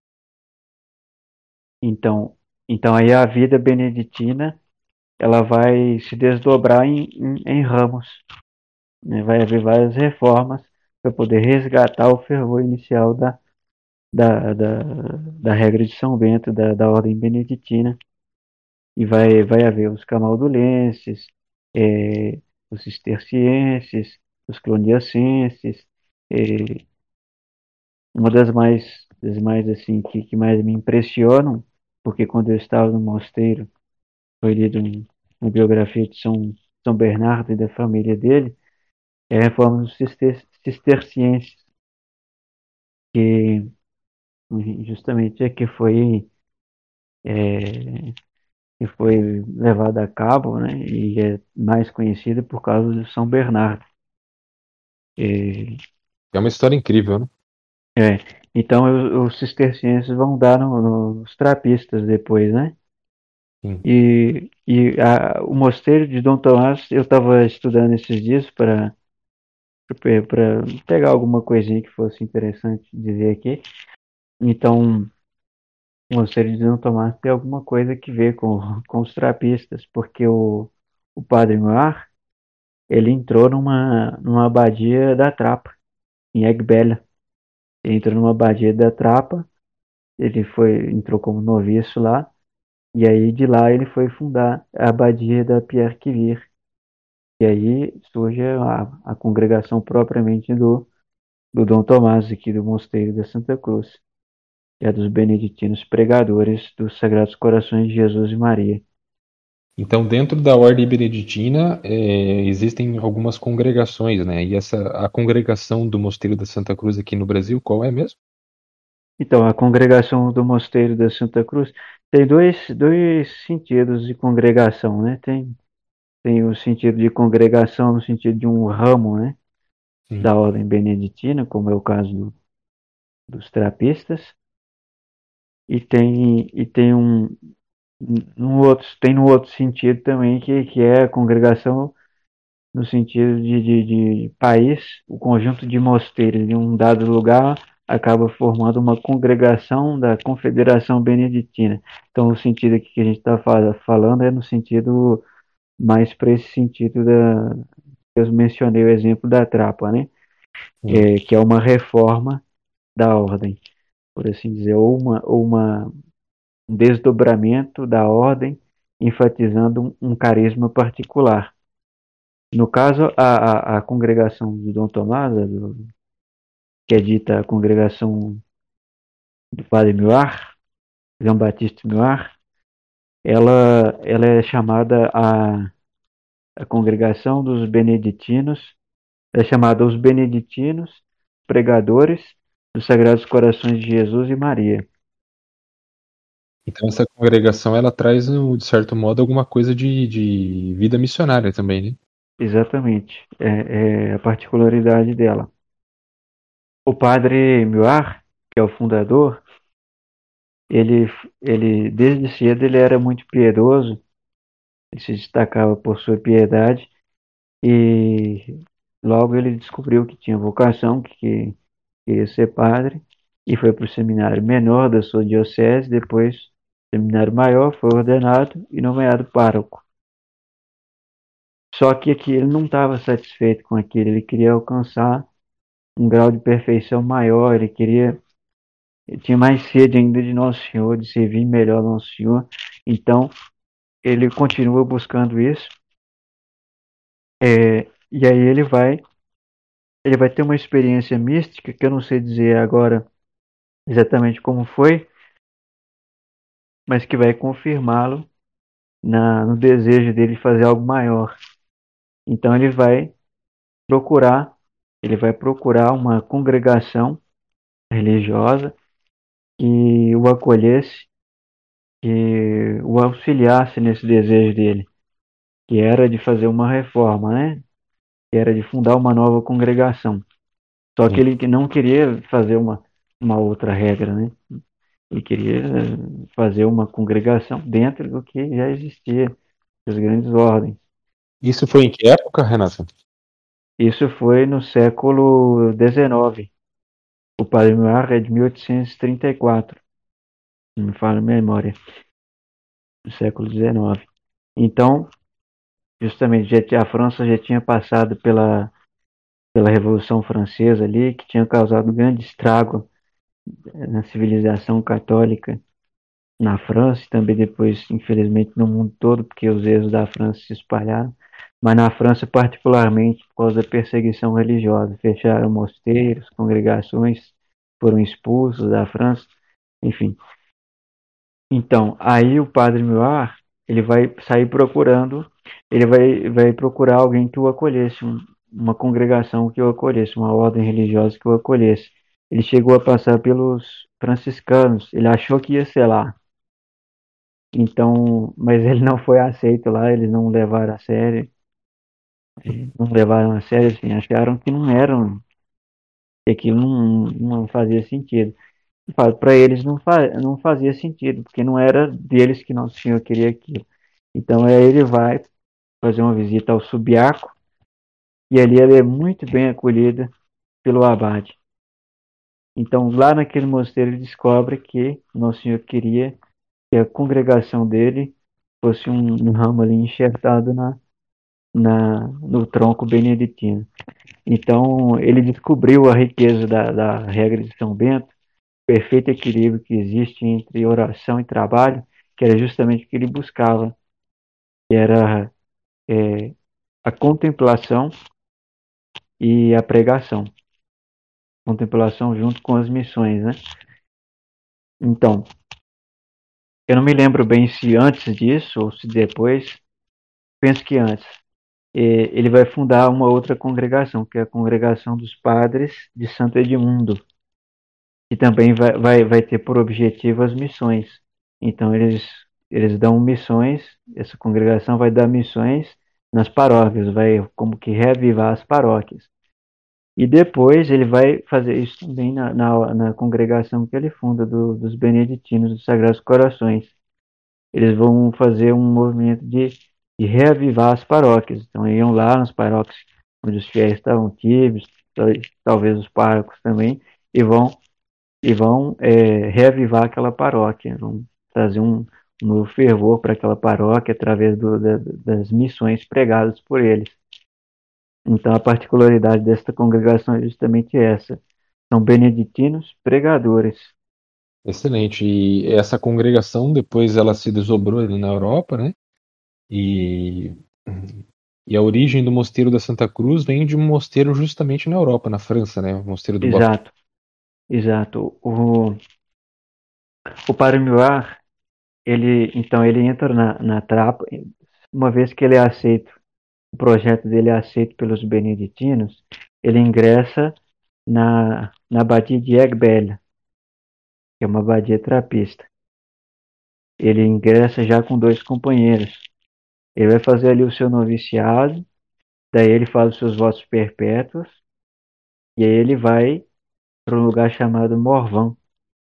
então, então aí a vida beneditina ela vai se desdobrar em ramos, né? Vai haver várias reformas para poder resgatar o fervor inicial da, da, da regra de São Bento, da ordem beneditina. E vai haver os camaldulenses, os cistercienses, os cloniacenses. É, uma das mais assim, que mais me impressionam, porque quando eu estava no mosteiro, foi lido uma biografia de São Bernardo e da família dele, é a reforma dos cistercienses, que justamente é, que foi levada a cabo, né, e é mais conhecida por causa de São Bernardo. E, É uma história incrível, né? é, então os cistercienses vão dar nos trapistas depois, né? Sim. O mosteiro de Dom Tomás, eu estava estudando esses dias para pegar alguma coisinha que fosse interessante dizer aqui. Então, o mosteiro de Dom Tomás tem alguma coisa que ver com os trapistas, porque o padre Noir, ele entrou numa abadia da Trapa, em Egbela. Ele entrou numa abadia da Trapa, entrou como noviço lá, e aí de lá ele foi fundar a abadia da Pierre Quivir. E aí surge a congregação propriamente do Dom Tomás, aqui do Mosteiro da Santa Cruz, que é dos beneditinos pregadores dos Sagrados Corações de Jesus e Maria. Então, dentro da ordem beneditina, existem algumas congregações, né? E a congregação do Mosteiro da Santa Cruz aqui no Brasil, qual é mesmo? Então, a congregação do Mosteiro da Santa Cruz tem dois sentidos de congregação, né? Tem o sentido de congregação no sentido de um ramo, né, Sim. da ordem beneditina, como é o caso dos trapistas, e tem no outro sentido também, que é a congregação no sentido de país, o conjunto de mosteiros de um dado lugar acaba formando uma congregação da Confederação Beneditina. Então, o sentido aqui que a gente está falando é no sentido mais para esse sentido eu mencionei o exemplo da Trapa, né? Sim. Que é uma reforma da ordem, por assim dizer, um desdobramento da ordem, enfatizando um carisma particular. No caso, a congregação de Dom Tomás, que é dita a congregação do Padre Muar, João Batista Muar, ela é chamada a congregação dos beneditinos, é chamada os beneditinos pregadores dos Sagrados Corações de Jesus e Maria. Então, essa congregação, ela traz, de certo modo, alguma coisa de vida missionária também, né? Exatamente, é a particularidade dela. O padre Muar, que é o fundador, ele, ele desde cedo ele era muito piedoso, ele se destacava por sua piedade e logo ele descobriu que tinha vocação, que queria ser padre e foi para o seminário menor da sua diocese, depois seminário maior, foi ordenado e nomeado pároco. Só que aqui ele não estava satisfeito com aquilo, ele queria alcançar um grau de perfeição maior, ele tinha mais sede ainda de Nosso Senhor, de servir melhor Nosso Senhor. Então, ele continua buscando isso, e aí ele vai ter uma experiência mística que eu não sei dizer agora exatamente como foi, mas que vai confirmá-lo no desejo dele de fazer algo maior. Então procurar, ele vai procurar uma congregação religiosa que o acolhesse, que o auxiliasse nesse desejo dele, que era de fazer uma reforma, né? Que era de fundar uma nova congregação. Só que sim. ele não queria fazer uma outra regra, né? Ele queria fazer uma congregação dentro do que já existia, das grandes ordens. Isso foi em que época, Renata? Isso foi no século XIX. O Padre Noir é de 1834, não me falha a memória, no século XIX. Então, justamente, a França já tinha passado pela Revolução Francesa ali, que tinha causado um grande estrago na civilização católica na França e também depois, infelizmente, no mundo todo, porque os erros da França se espalharam. Mas na França, particularmente, por causa da perseguição religiosa, fecharam mosteiros, congregações foram expulsos da França, enfim. Então, aí o Padre Muar, ele vai sair procurando, vai procurar alguém que o acolhesse, uma congregação que o acolhesse, uma ordem religiosa que o acolhesse. Ele chegou a passar pelos franciscanos, ele achou que ia ser lá. Então, mas ele não foi aceito lá, eles não levaram a sério, não levaram a sério, assim, acharam que não eram, que aquilo não fazia sentido. Para eles não fazia sentido, porque não era deles que Nosso Senhor queria aquilo. Então aí ele vai fazer uma visita ao Subiaco e ali ele é muito bem acolhido pelo abade. Então lá naquele mosteiro ele descobre que Nosso Senhor queria que a congregação dele fosse um ramo ali enxertado no tronco beneditino. Então ele descobriu a riqueza da regra de São Bento, perfeito equilíbrio que existe entre oração e trabalho, que era justamente o que ele buscava, que era a contemplação e a pregação. Contemplação junto com as missões, né? Então, eu não me lembro bem se antes disso ou se depois, penso que antes. Ele vai fundar uma outra congregação, que é a Congregação dos Padres de Santo Edmundo, que também vai ter por objetivo as missões. Então, eles dão missões, essa congregação vai dar missões nas paróquias, vai como que reavivar as paróquias. E depois ele vai fazer isso também na congregação que ele funda, dos Beneditinos dos Sagrados Corações. Eles vão fazer um movimento de reavivar as paróquias. Então, iam lá nas paróquias onde os fiéis estavam tíbios, talvez os párocos também, e vão reavivar aquela paróquia, vão trazer um novo fervor para aquela paróquia através das missões pregadas por eles. Então, a particularidade desta congregação é justamente essa. São beneditinos pregadores. Excelente. E essa congregação depois ela se desdobrou ali na Europa, né? E, e a origem do Mosteiro da Santa Cruz vem de um mosteiro justamente na Europa, na França, né? O Mosteiro do Baptiste. Exato, exato. O Padre Muar, ele entra na trapa, uma vez que ele é aceito, o projeto dele é aceito pelos beneditinos, ele ingressa na abadia de Egbela, que é uma abadia trapista. Ele ingressa já com dois companheiros. Ele vai fazer ali o seu noviciado, daí ele faz os seus votos perpétuos, e aí ele vai para um lugar chamado Morvan,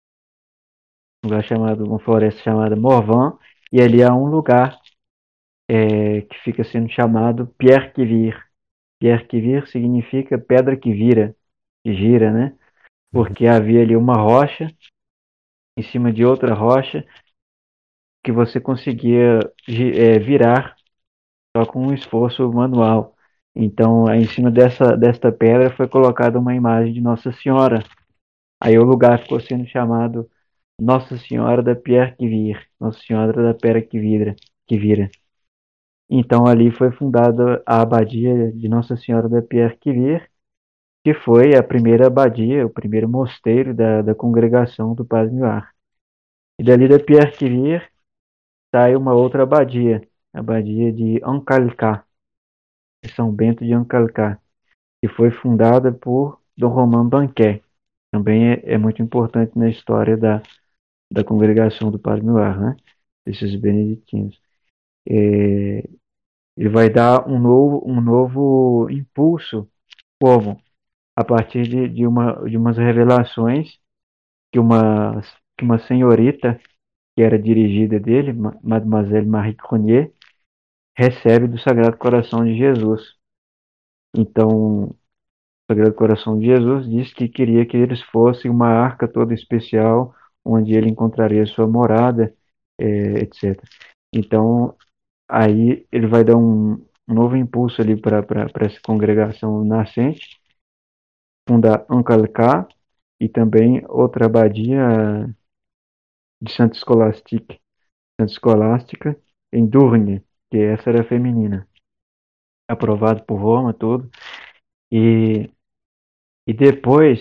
uma floresta chamada Morvan, e ali há um lugar que fica sendo chamado Pierre qui Vire. Pierre qui Vire significa pedra que vira, que gira, né? Uhum. Porque havia ali uma rocha em cima de outra rocha que você conseguia virar só com um esforço manual. Então, em cima desta pedra foi colocada uma imagem de Nossa Senhora. Aí o lugar ficou sendo chamado Nossa Senhora da Pierre que Vire, Nossa Senhora da Pedra que vira. Então ali foi fundada a abadia de Nossa Senhora da Pierre que Vire, que foi a primeira abadia, o primeiro mosteiro da congregação do Padre Muar. E dali da Pierre que Vire sai uma outra abadia, a abadia de Ancalcar, de São Bento de Ancalcar, que foi fundada por Dom Romão Banquet. Também é muito importante na história da congregação do Padre Muar, né? Desses beneditinos. É, ele vai dar um novo impulso. Como? a partir de umas revelações que uma senhorita, que era dirigida dele, Mademoiselle Marie Cronier, recebe do Sagrado Coração de Jesus. Então, o Sagrado Coração de Jesus diz que queria que eles fossem uma arca toda especial, onde ele encontraria sua morada, etc. Então, aí ele vai dar um novo impulso ali para essa congregação nascente, funda Ancalcá e também outra abadia de Santa Escolástica em Durne, que essa era feminina, aprovado por Roma, tudo. E, e depois,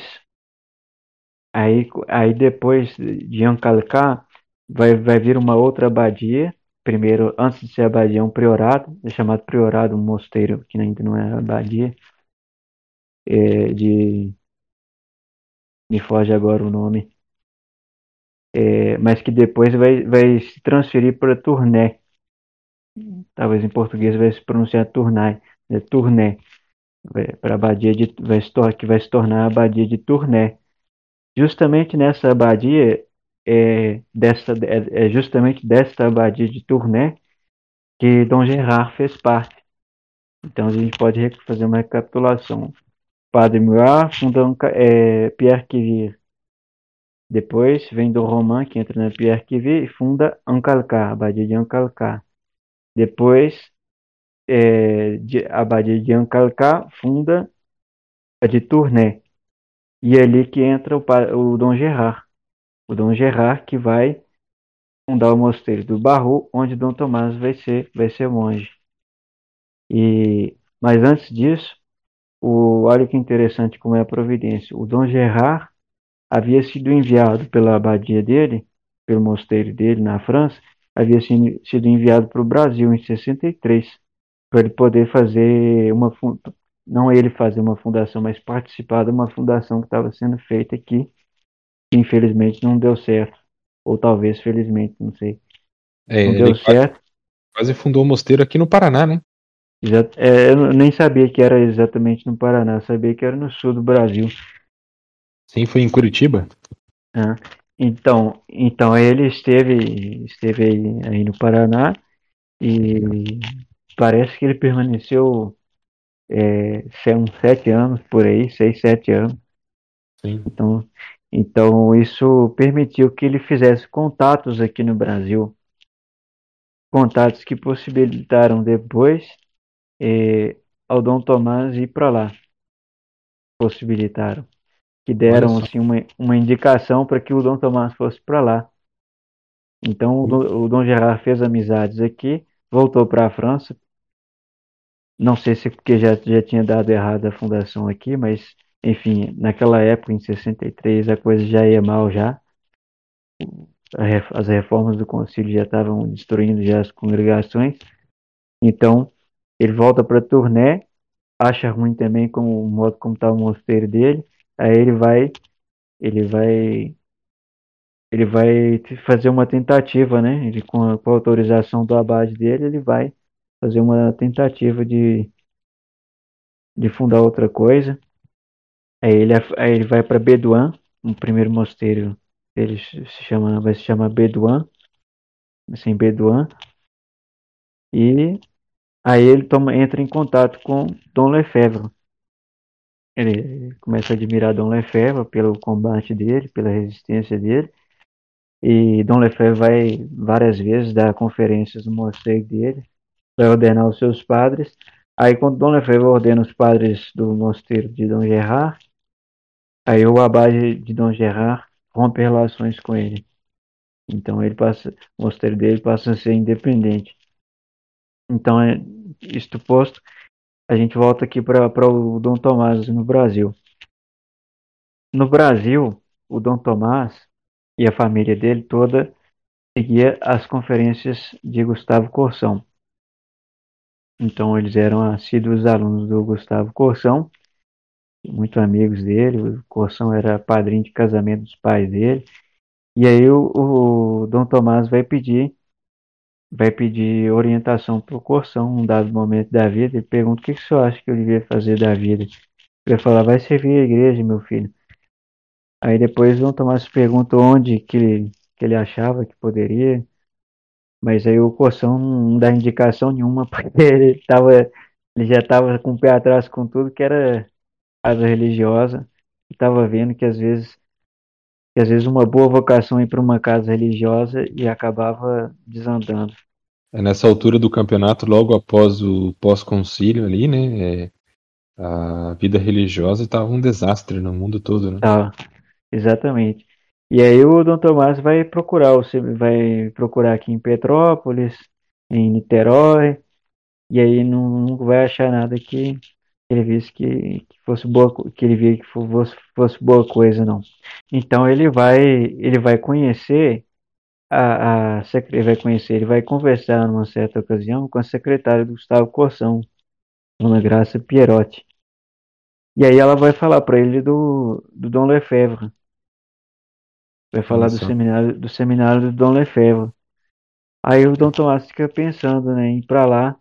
aí depois de Ancalcá, vai vir uma outra abadia. Primeiro, antes de ser abadia, é um priorado, é chamado priorado, um mosteiro, que ainda não é abadia, de me foge agora o nome, mas que depois vai se transferir para Tournai. Talvez em português vai se pronunciar Tournai, Tournai, para a abadia que vai se tornar a abadia de Tournai. Justamente nessa abadia, é justamente desta abadia de Tournai que Dom Gerard fez parte. Então a gente pode fazer uma recapitulação. Padre Murat funda Pierre Cuvier. Depois vem Dom Romain, que entra na Pierre Cuvier e funda Ancalcá, a abadia de Ancalcá. Depois, a abadia de Ancalcá funda a de Tournai. E é ali que entra o Dom Gerard. O Dom Gerard que vai fundar o mosteiro do Barro, onde Dom Tomás vai ser monge. Mas antes disso, olha que interessante como é a providência. O Dom Gerard havia sido enviado pela abadia dele, pelo mosteiro dele na França, havia sido enviado para o Brasil em 63, para ele poder fazer não ele fazer uma fundação, mas participar de uma fundação que estava sendo feita aqui, que infelizmente não deu certo, ou talvez felizmente, não sei. Não Ele deu certo. quase fundou o mosteiro aqui no Paraná, né? Eu nem sabia que era exatamente no Paraná, eu sabia que era no sul do Brasil. Sim, foi em Curitiba. Né? Então ele esteve aí no Paraná e parece que ele permaneceu uns 7 anos por aí, 6, 7 anos. Sim. Então, então isso permitiu que ele fizesse contatos aqui no Brasil, contatos que possibilitaram depois ao Dom Tomás ir para lá, possibilitaram, que Olha deram só. assim uma indicação para que o Dom Tomás fosse para lá. Então o Dom Gerard fez amizades aqui, voltou para a França. Não sei se porque já tinha dado errado a fundação aqui, mas enfim, naquela época, em 63, a coisa já ia mal já. As reformas do concílio já estavam destruindo já as congregações. Então ele volta para Tournai, acha ruim também como o modo como está o mosteiro dele. Aí ele vai ele vai fazer uma tentativa, né? Ele, com a autorização do abade dele, ele vai fazer uma tentativa de fundar outra coisa. Aí ele vai para Bedouin, o primeiro mosteiro vai se chamar Bedouin, assim, Bedouin, e aí ele entra em contato com Dom Lefebvre. Ele começa a admirar Dom Lefebvre pelo combate dele, pela resistência dele, e Dom Lefebvre vai várias vezes dar conferências no mosteiro dele, vai ordenar os seus padres. Aí quando Dom Lefebvre ordena os padres do mosteiro de Dom Gerard, aí o abade de Dom Gerard rompe relações com ele. Então o mosteiro dele passa a ser independente. Então, isto posto, a gente volta aqui para o Dom Tomás no Brasil. No Brasil, o Dom Tomás e a família dele toda seguia as conferências de Gustavo Corsão. Então, eles eram assíduos alunos do Gustavo Corsão, muito amigos dele. O Corsão era padrinho de casamento dos pais dele. E aí o Dom Tomás vai pedir orientação para o Corsão, um dado momento da vida. Ele pergunta: o que o senhor acha que eu devia fazer da vida? Ele vai falar, vai servir a igreja, meu filho. Aí depois Dom Tomás pergunta onde que ele achava que poderia, mas aí o Coção não dá indicação nenhuma, porque ele já estava com o pé atrás com tudo que era casa religiosa, e estava vendo que às vezes uma boa vocação ia para uma casa religiosa e acabava desandando. É nessa altura do campeonato, logo após o pós-concílio ali, né? A vida religiosa estava um desastre no mundo todo, né? Tá, exatamente. E aí o Dom Tomás vai procurar aqui em Petrópolis, em Niterói, e aí não vai achar nada que ele visse que fosse boa, que ele via que fosse boa coisa, não. Então ele vai conhecer ele vai conversar numa certa ocasião com a secretária do Gustavo Corsão, Dona Graça Pierotti. E aí ela vai falar para ele do Dom Lefebvre, vai Olha falar só. do seminário do Dom Lefebvre. Aí o Dom Tomás fica pensando, né, em ir para lá,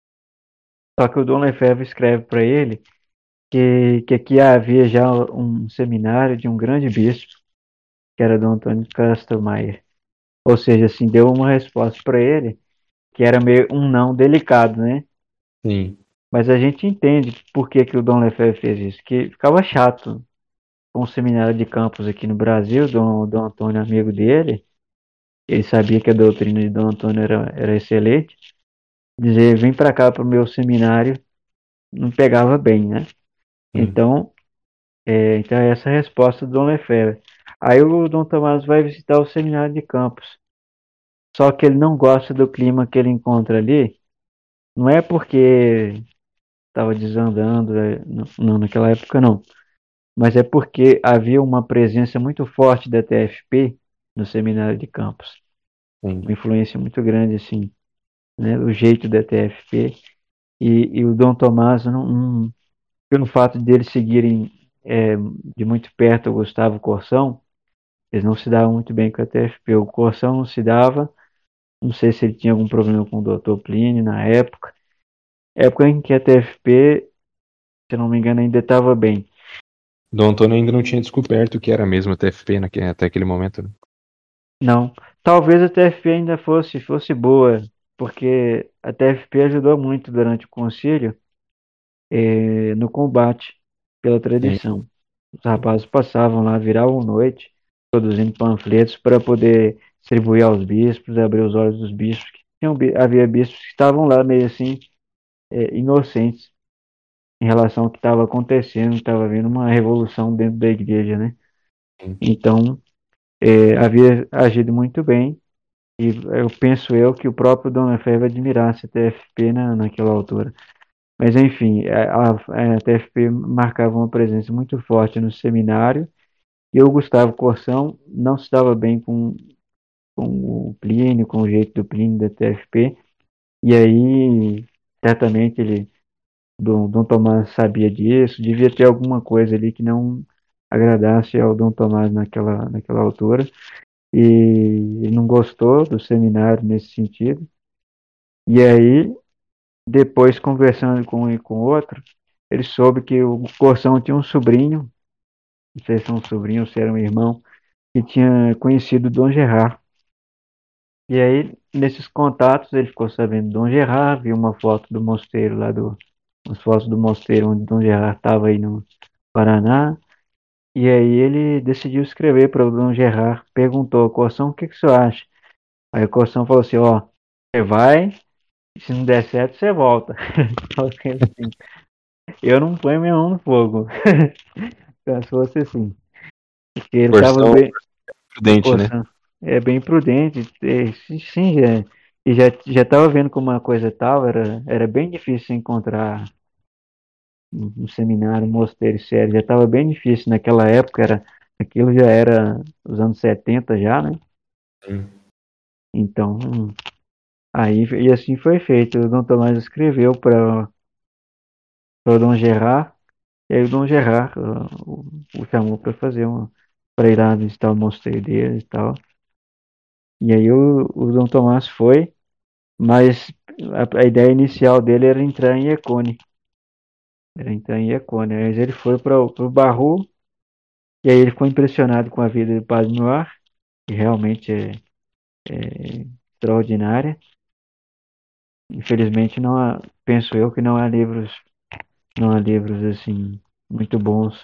só que o Dom Lefebvre escreve para ele que aqui havia já um seminário de um grande bispo, que era Dom Antônio Castelmayer. Ou seja, assim, deu uma resposta para ele que era meio um não delicado, né? Sim, Mas a gente entende por que o Dom Lefebvre fez isso, que ficava chato com o seminário de campus aqui no Brasil, Dom Antônio, amigo dele, ele sabia que a doutrina de Dom Antônio era excelente, dizer, vem para cá para o meu seminário, não pegava bem, né? sim. Então, então é essa a resposta do Dom Lefebvre. Aí o Dom Tomás vai visitar o seminário de campus, só que ele não gosta do clima que ele encontra ali, não é porque estava desandando, não, naquela época não, mas é porque havia uma presença muito forte da TFP no seminário de campus, Sim. uma influência muito grande, assim, né, o jeito da TFP, e o Dom Tomás, pelo fato de eles seguirem de muito perto o Gustavo Corsão, eles não se davam muito bem com a TFP, o Corsão não se dava, não sei se ele tinha algum problema com o Dr. Plínio na época em que a TFP, se não me engano, ainda estava bem. Dom Antônio ainda não tinha descoberto o que era mesmo a TFP até aquele momento, né? Não, talvez a TFP ainda fosse boa, porque a TFP ajudou muito durante o concílio no combate pela Sim, tradição. Os rapazes passavam lá, viravam noite, produzindo panfletos para poder distribuir aos bispos, abrir os olhos dos bispos. Havia bispos que estavam lá meio assim, inocentes em relação ao que estava acontecendo, estava havendo uma revolução dentro da igreja, né? sim. Então, havia agido muito bem. E eu penso que o próprio Dom Lefebvre admirasse a TFP naquela altura. Mas enfim, a TFP marcava uma presença muito forte no seminário e o Gustavo Corsão não se dava bem com o Plínio, com o jeito do Plínio da TFP. E aí, certamente Dom Tomás sabia disso, devia ter alguma coisa ali que não agradasse ao Dom Tomás naquela altura. E ele não gostou do seminário nesse sentido. E aí, depois conversando com um e com o outro, ele soube que o Corção tinha um sobrinho, não sei se é um sobrinho ou se era um irmão, que tinha conhecido Dom Gerard. E aí, nesses contatos, ele ficou sabendo de Dom Gerard, viu uma foto do mosteiro umas fotos do mosteiro onde Dom Gerard estava aí no Paraná. E aí ele decidiu escrever para o Dom Gerard, perguntou ao Corção, o que você acha? Aí o Corção falou assim, ó, você vai, se não der certo, você volta. Falei assim, eu não ponho minha mão no fogo. Se fosse assim. Porque ele estava Porção bem. O prudente, né? Corsan é bem prudente. Sim, e já estava vendo como a coisa estava. Era bem difícil encontrar um seminário, um mosteiro sério. Já estava bem difícil naquela época. Aquilo já era os anos 70 já, né? Sim. Então, aí, e assim foi feito. O Dom Tomás escreveu para o Dom Gerard. E aí o Dom Gerard o chamou para para ir lá visitar o mosteiro dele e tal. E aí o Dom Tomás foi, mas a ideia inicial dele era entrar em Econe. Era então em Econe. Mas ele foi para o Barru e aí ele ficou impressionado com a vida do Padre Noir, que realmente é extraordinária. Infelizmente não há, penso eu que não há livros assim muito bons,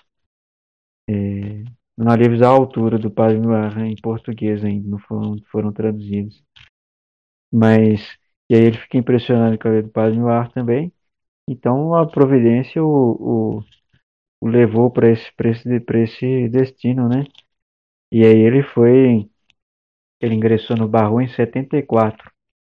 não há livros à altura do Padre Noir em português ainda, não foram traduzidos. Mas e aí ele fica impressionado com a vida do Padre Noir também. Então a providência o levou para esse destino, né? E aí ele ingressou no Barru em 74.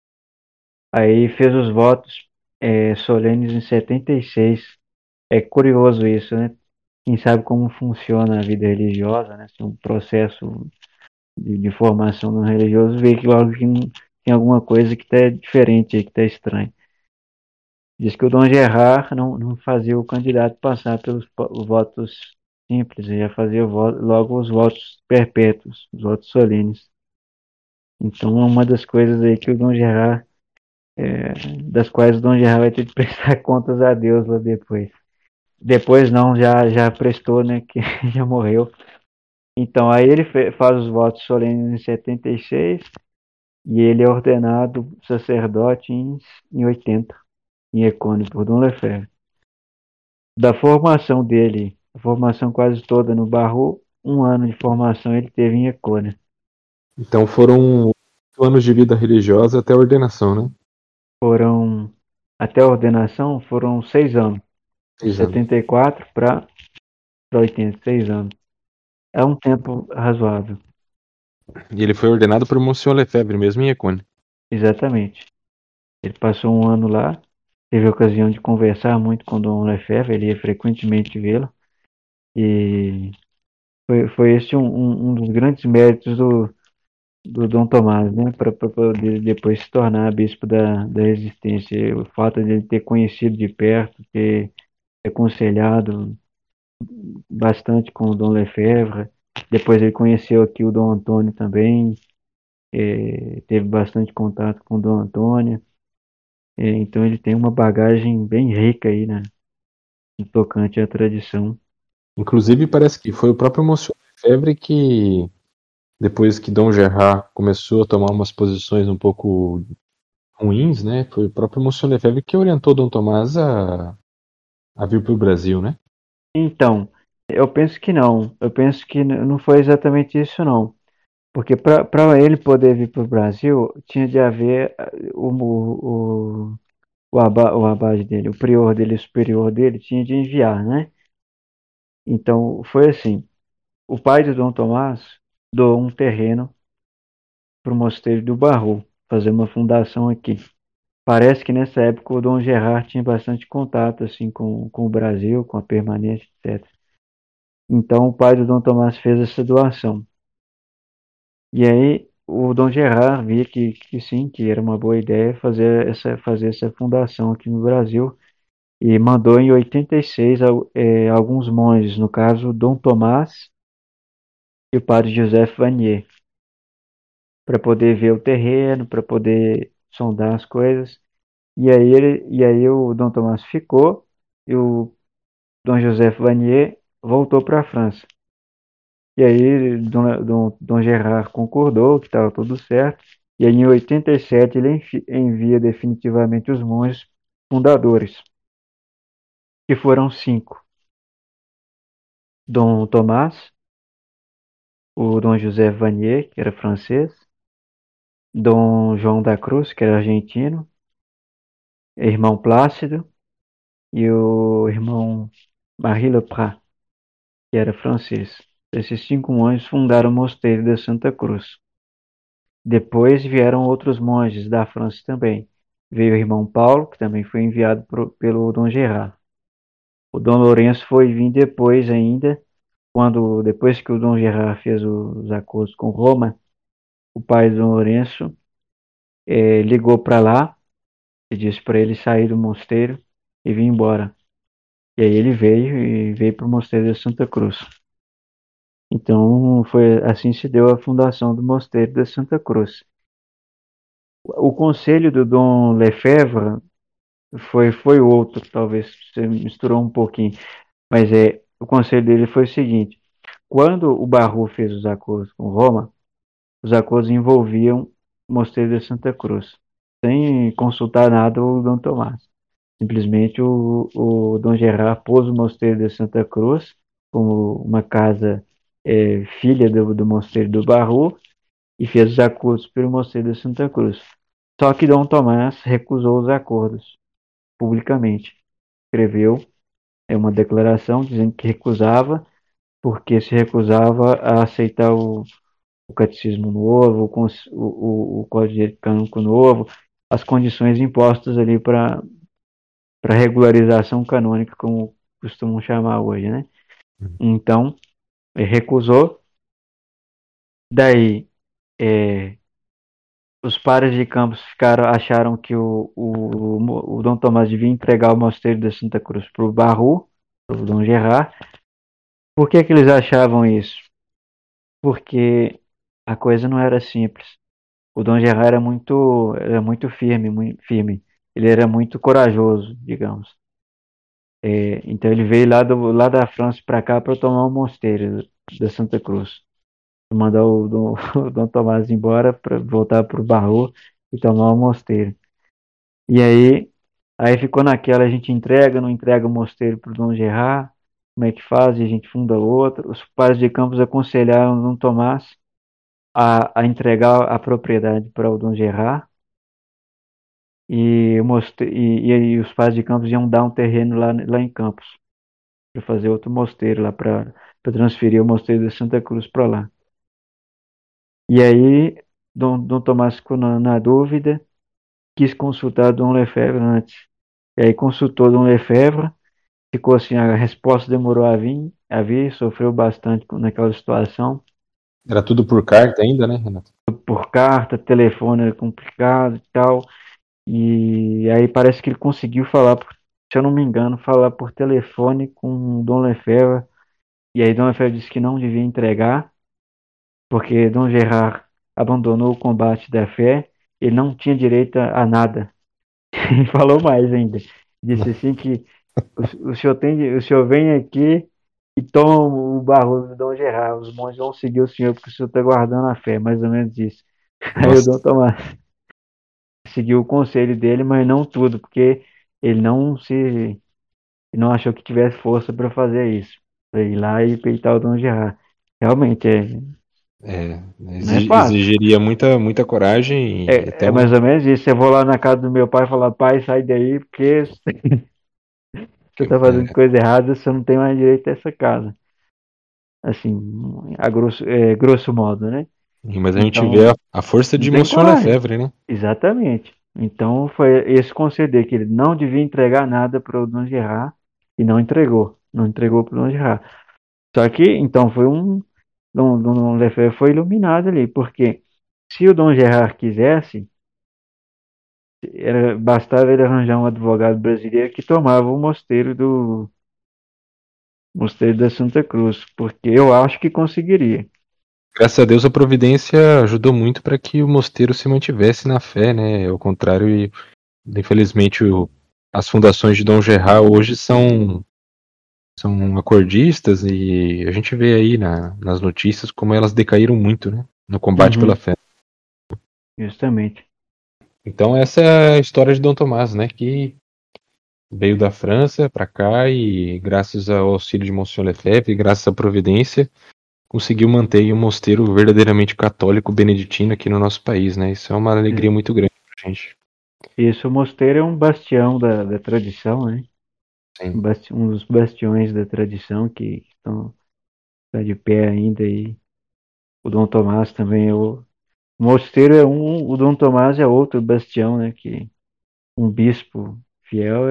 Aí fez os votos solenes em 76. É curioso isso, né? Quem sabe como funciona a vida religiosa, né? Se um processo de formação no religioso, vê que logo que tem alguma coisa que está diferente, que está estranho. Diz que o Dom Gerard não fazia o candidato passar pelos votos simples, ele já fazia logo os votos perpétuos, os votos solenes. Então é uma das coisas aí que o Dom Gerard, é, das quais o Dom Gerard vai ter de prestar contas a Deus lá depois. Depois não, já prestou, né, que já morreu. Então aí ele faz os votos solenes em 76 e ele é ordenado sacerdote em 80, em Ecône, por Dom Lefebvre. Da formação dele, a formação quase toda no Barro, um ano de formação ele teve em Ecône. Então foram 8 anos de vida religiosa até a ordenação, né? Foram, até a ordenação, foram 6 anos. De 6 anos. 74 para 86 anos. É um tempo razoável, E ele foi ordenado por Monsieur Lefebvre, mesmo em Econe. exatamente. Ele passou um ano lá, teve a ocasião de conversar muito com o Dom Lefebvre, ele ia frequentemente vê-lo, e foi esse um dos grandes méritos do Dom Tomás, né, para poder depois se tornar bispo da Resistência. O fato de ele ter conhecido de perto, ter aconselhado bastante com o Dom Lefebvre, depois ele conheceu aqui o Dom Antônio também, teve bastante contato com o Dom Antônio, então ele tem uma bagagem bem rica aí, né, no tocante à tradição. Inclusive, parece que foi o próprio Monsieur Lefebvre que, depois que Dom Gerard começou a tomar umas posições um pouco ruins, né? Foi o próprio Monsieur Lefebvre que orientou Dom Tomás a vir para o Brasil, né? Então, eu penso que não, eu penso que não foi exatamente isso não. Porque para ele poder vir para o Brasil, tinha de haver o abade dele, o prior dele, o superior dele, tinha de enviar, né? Então, foi assim: o pai de Dom Tomás doou um terreno para o mosteiro do Barro, fazer uma fundação aqui. Parece que nessa época o Dom Gerard tinha bastante contato assim com o Brasil, com a permanência, etc. Então, o pai do Dom Tomás fez essa doação. E aí o Dom Gerard via que sim, que era uma boa ideia fazer essa fundação aqui no Brasil e mandou em 86 alguns monges, no caso Dom Tomás e o padre Joseph Vanier, para poder ver o terreno, para poder sondar as coisas. E aí o Dom Tomás ficou e o Dom Joseph Vanier voltou para a França. E aí Dom Gerard concordou que estava tudo certo. E aí em 87 ele envia definitivamente os monges fundadores, que foram cinco: Dom Tomás, o Dom José Vanier, que era francês, Dom João da Cruz, que era argentino, irmão Plácido e o irmão Marie Leprat, que era francês. Esses cinco monges fundaram o Mosteiro da Santa Cruz. Depois vieram outros monges da França também. Veio o irmão Paulo, que também foi enviado pelo Dom Gerard. O Dom Lourenço foi vir depois ainda, depois que o Dom Gerard fez os acordos com Roma, o pai do Dom Lourenço ligou para lá e disse para ele sair do mosteiro e vir embora. E aí ele veio para o mosteiro de Santa Cruz. Então foi assim se deu a fundação do mosteiro da Santa Cruz. O conselho do Dom Lefebvre foi outro, talvez você misturou um pouquinho. Mas o conselho dele foi o seguinte: quando o Barroso fez os acordos com Roma, os acordos envolviam o Mosteiro de Santa Cruz, sem consultar nada o Dom Tomás. Simplesmente o Dom Gerard pôs o Mosteiro de Santa Cruz como uma casa filha do Mosteiro do Barroso e fez os acordos pelo Mosteiro de Santa Cruz. Só que Dom Tomás recusou os acordos publicamente. Escreveu uma declaração dizendo que recusava, porque se recusava a aceitar o catecismo novo, o código canônico novo, as condições impostas ali para regularização canônica, como costumam chamar hoje, né? Então, ele recusou. Daí, é, os pares de Campos acharam que o Dom Tomás devia entregar o mosteiro de Santa Cruz para o Barru, para o Dom Gerard. Por que que eles achavam isso? Porque a coisa não era simples. O Dom Gerard era muito firme, muito firme. Ele era muito corajoso, digamos. Então ele veio lá da França para cá para tomar o mosteiro da Santa Cruz. Mandar o Dom Tomás embora para voltar para o Barro e tomar o mosteiro. E aí ficou naquela, a gente entrega, não entrega o mosteiro para o Dom Gerard, como é que faz? E a gente funda outro. Os pais de Campos aconselharam o Dom Tomás a entregar a propriedade para o Dom Gerard e os pais de Campos iam dar um terreno lá em Campos para fazer outro mosteiro lá para transferir o mosteiro de Santa Cruz para lá. E aí Dom Tomás ficou na dúvida, quis consultar Dom Lefebvre antes. E aí consultou Dom Lefebvre, ficou assim, a resposta demorou a vir, sofreu bastante naquela situação. Era tudo por carta ainda, né, Renato? Por carta, telefone era complicado e tal. E aí parece que ele conseguiu falar, se eu não me engano, falar por telefone com o Dom Lefebvre. E aí Dom Lefebvre disse que não devia entregar, porque Dom Gerard abandonou o combate da fé, ele não tinha direito a nada. E falou mais ainda. Disse assim que o senhor vem aqui e toma o barro do Dom Gerard, os monges vão seguir o senhor porque o senhor está guardando a fé, mais ou menos isso. Aí o Nossa, Dom Tomás seguiu o conselho dele, mas não tudo, porque ele não achou que tivesse força para fazer isso, para ir lá e peitar o Dom Gerard. Realmente, não é fácil. exigiria muita coragem e até É mais ou menos isso. Eu vou lá na casa do meu pai e falar, pai, sai daí, porque você está fazendo é, coisa errada, você não tem mais direito a essa casa. Assim, grosso modo, né? mas a gente vê Então, a força não de tem Monsieur coragem. Lefebvre, né? Exatamente. Então, foi esse conselho dele, que ele não devia entregar nada para o Dom Gerard, e não entregou. Não entregou para o Dom Gerard. Só que, então, Dom Lefebvre foi iluminado ali, porque se o Dom Gerard quisesse, bastava ele arranjar um advogado brasileiro que tomava o mosteiro da Santa Cruz, porque eu acho que conseguiria. Graças a Deus a providência ajudou muito para que o mosteiro se mantivesse na fé, né? Ao contrário, infelizmente as fundações de Dom Gerard hoje são acordistas e a gente vê aí nas notícias como elas decaíram muito, né? No combate pela Uhum, fé. justamente. Então essa é a história de Dom Tomás, né? Que veio da França para cá e graças ao auxílio de Monsieur Lefebvre, graças à providência, conseguiu manter um mosteiro verdadeiramente católico beneditino aqui no nosso país, né? Isso é uma alegria muito grande pra gente. Isso, o mosteiro é um bastião da tradição, né? Sim. Um dos bastiões da tradição que estão tá de pé ainda aí. O Dom Tomás também o mosteiro é o Dom Tomás é outro bastião, né? Que um bispo fiel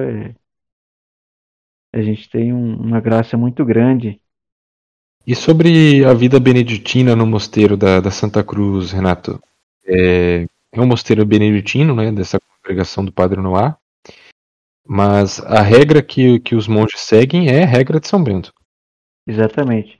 a gente tem uma graça muito grande. E sobre a vida beneditina no mosteiro da Santa Cruz, Renato? É um mosteiro beneditino, né? Dessa congregação do Padre Noá. Mas a regra que os monges seguem é a regra de São Bento. Exatamente.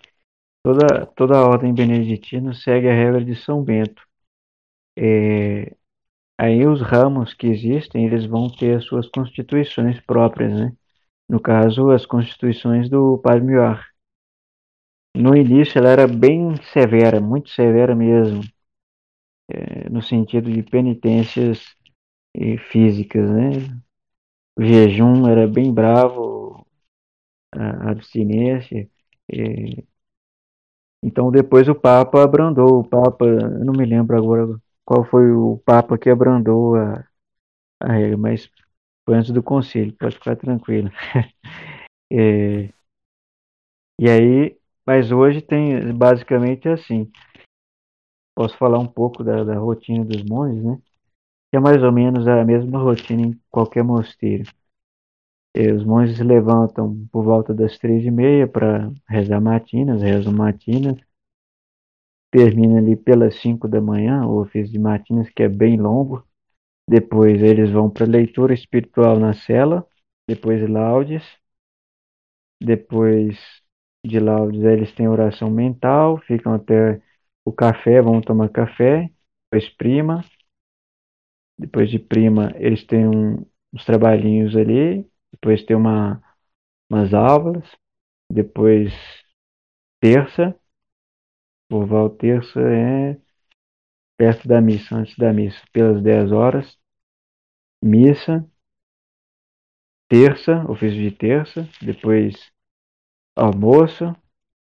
Toda a ordem beneditina segue a regra de São Bento. Aí os ramos que existem, eles vão ter as suas constituições próprias, né? No caso, as constituições do Padre Mioar. No início ela era bem severa, muito severa mesmo, no sentido de penitências físicas, né? O jejum era bem bravo, a abstinência. eh, Então depois o Papa abrandou, eu não me lembro agora qual foi o Papa que abrandou a regra, mas foi antes do concílio, pode ficar tranquilo. É, e aí, mas hoje tem basicamente assim. Posso falar um pouco da rotina dos monges, né? Que é mais ou menos a mesma rotina em qualquer mosteiro. Os monges se levantam por volta das 3h30 para rezar matinas, rezam matinas, termina ali pelas 5 da manhã, o ofício de matinas, que é bem longo. Depois eles vão para leitura espiritual na cela, depois laudes, depois de laudes eles têm oração mental, ficam até o café, vão tomar café, depois prima, depois de prima eles têm uns trabalhinhos ali, depois tem umas aulas, depois terça, o Val terça é perto da missa, antes da missa, pelas 10 horas, missa, terça, ofício de terça, depois almoço,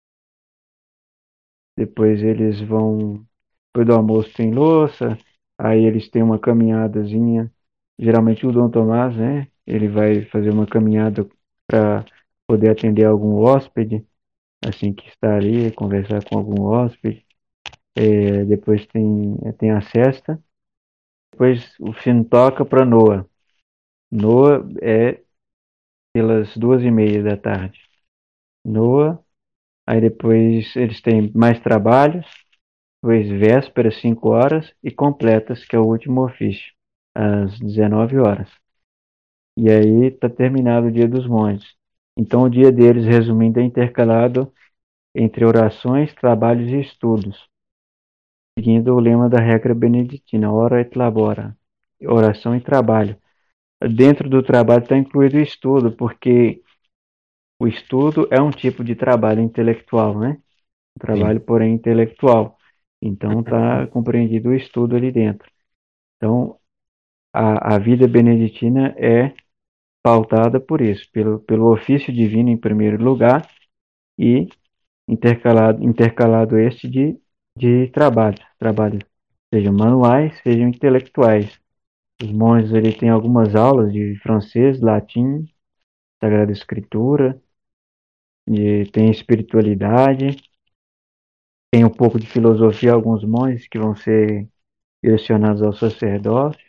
depois eles vão, depois do almoço tem louça, aí eles têm uma caminhadazinha, geralmente o Dom Tomás, né? Ele vai fazer uma caminhada para poder atender algum hóspede, assim que está ali, conversar com algum hóspede. Depois tem a cesta, depois o sino toca para Noa. Noa é pelas 2h30 da tarde. Noa, aí depois eles têm mais trabalhos, depois vésperas, 5 horas, e completas, que é o último ofício, às 19 horas. E aí está terminado o dia dos monges. Então o dia deles, resumindo, é intercalado entre orações, trabalhos e estudos, seguindo o lema da regra beneditina, ora et labora, oração e trabalho. Dentro do trabalho está incluído o estudo, porque o estudo é um tipo de trabalho intelectual, né? Um Sim, trabalho, porém, intelectual. Então está compreendido o estudo ali dentro. Então, a vida beneditina é pautada por isso, pelo ofício divino em primeiro lugar e intercalado este de trabalhos, sejam manuais, sejam intelectuais. Os monges ele têm algumas aulas de francês, latim, Sagrada Escritura, e tem espiritualidade, tem um pouco de filosofia, alguns monges que vão ser direcionados ao sacerdócio.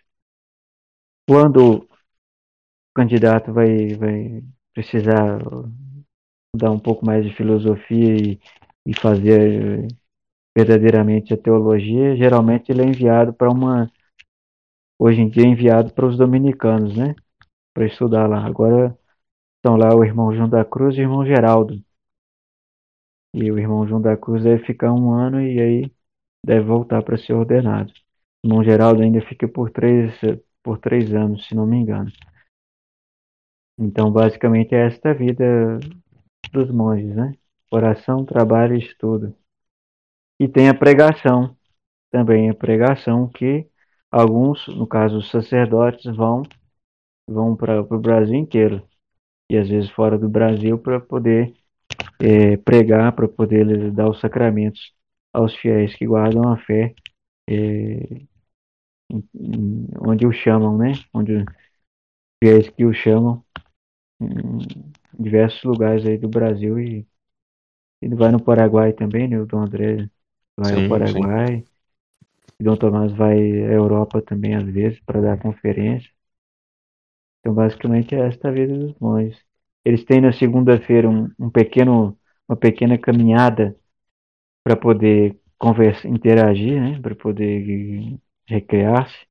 Quando o candidato vai precisar dar um pouco mais de filosofia e fazer verdadeiramente a teologia, geralmente ele é enviado para hoje em dia é enviado para os dominicanos, né? Para estudar lá. Agora estão lá o irmão João da Cruz e o irmão Geraldo. E o irmão João da Cruz deve ficar um ano e aí deve voltar para ser ordenado. O irmão Geraldo ainda fica por três anos, se não me engano. Então, basicamente, é esta a vida dos monges, né? Oração, trabalho e estudo. E tem a pregação, também a pregação que alguns, no caso os sacerdotes, vão para o Brasil inteiro. E às vezes fora do Brasil para poder pregar, para poder dar os sacramentos aos fiéis que guardam a fé é, onde o chamam, né? Onde os fiéis que o chamam em diversos lugares aí do Brasil e ele vai no Paraguai também, né? O Dom André vai ao sim, sim. Paraguai, o Dom Tomás vai à Europa também às vezes para dar conferência. Então basicamente é esta a vida dos monges. Eles têm na segunda-feira uma pequena caminhada para poder conversar, interagir, né? Para poder recrear-se.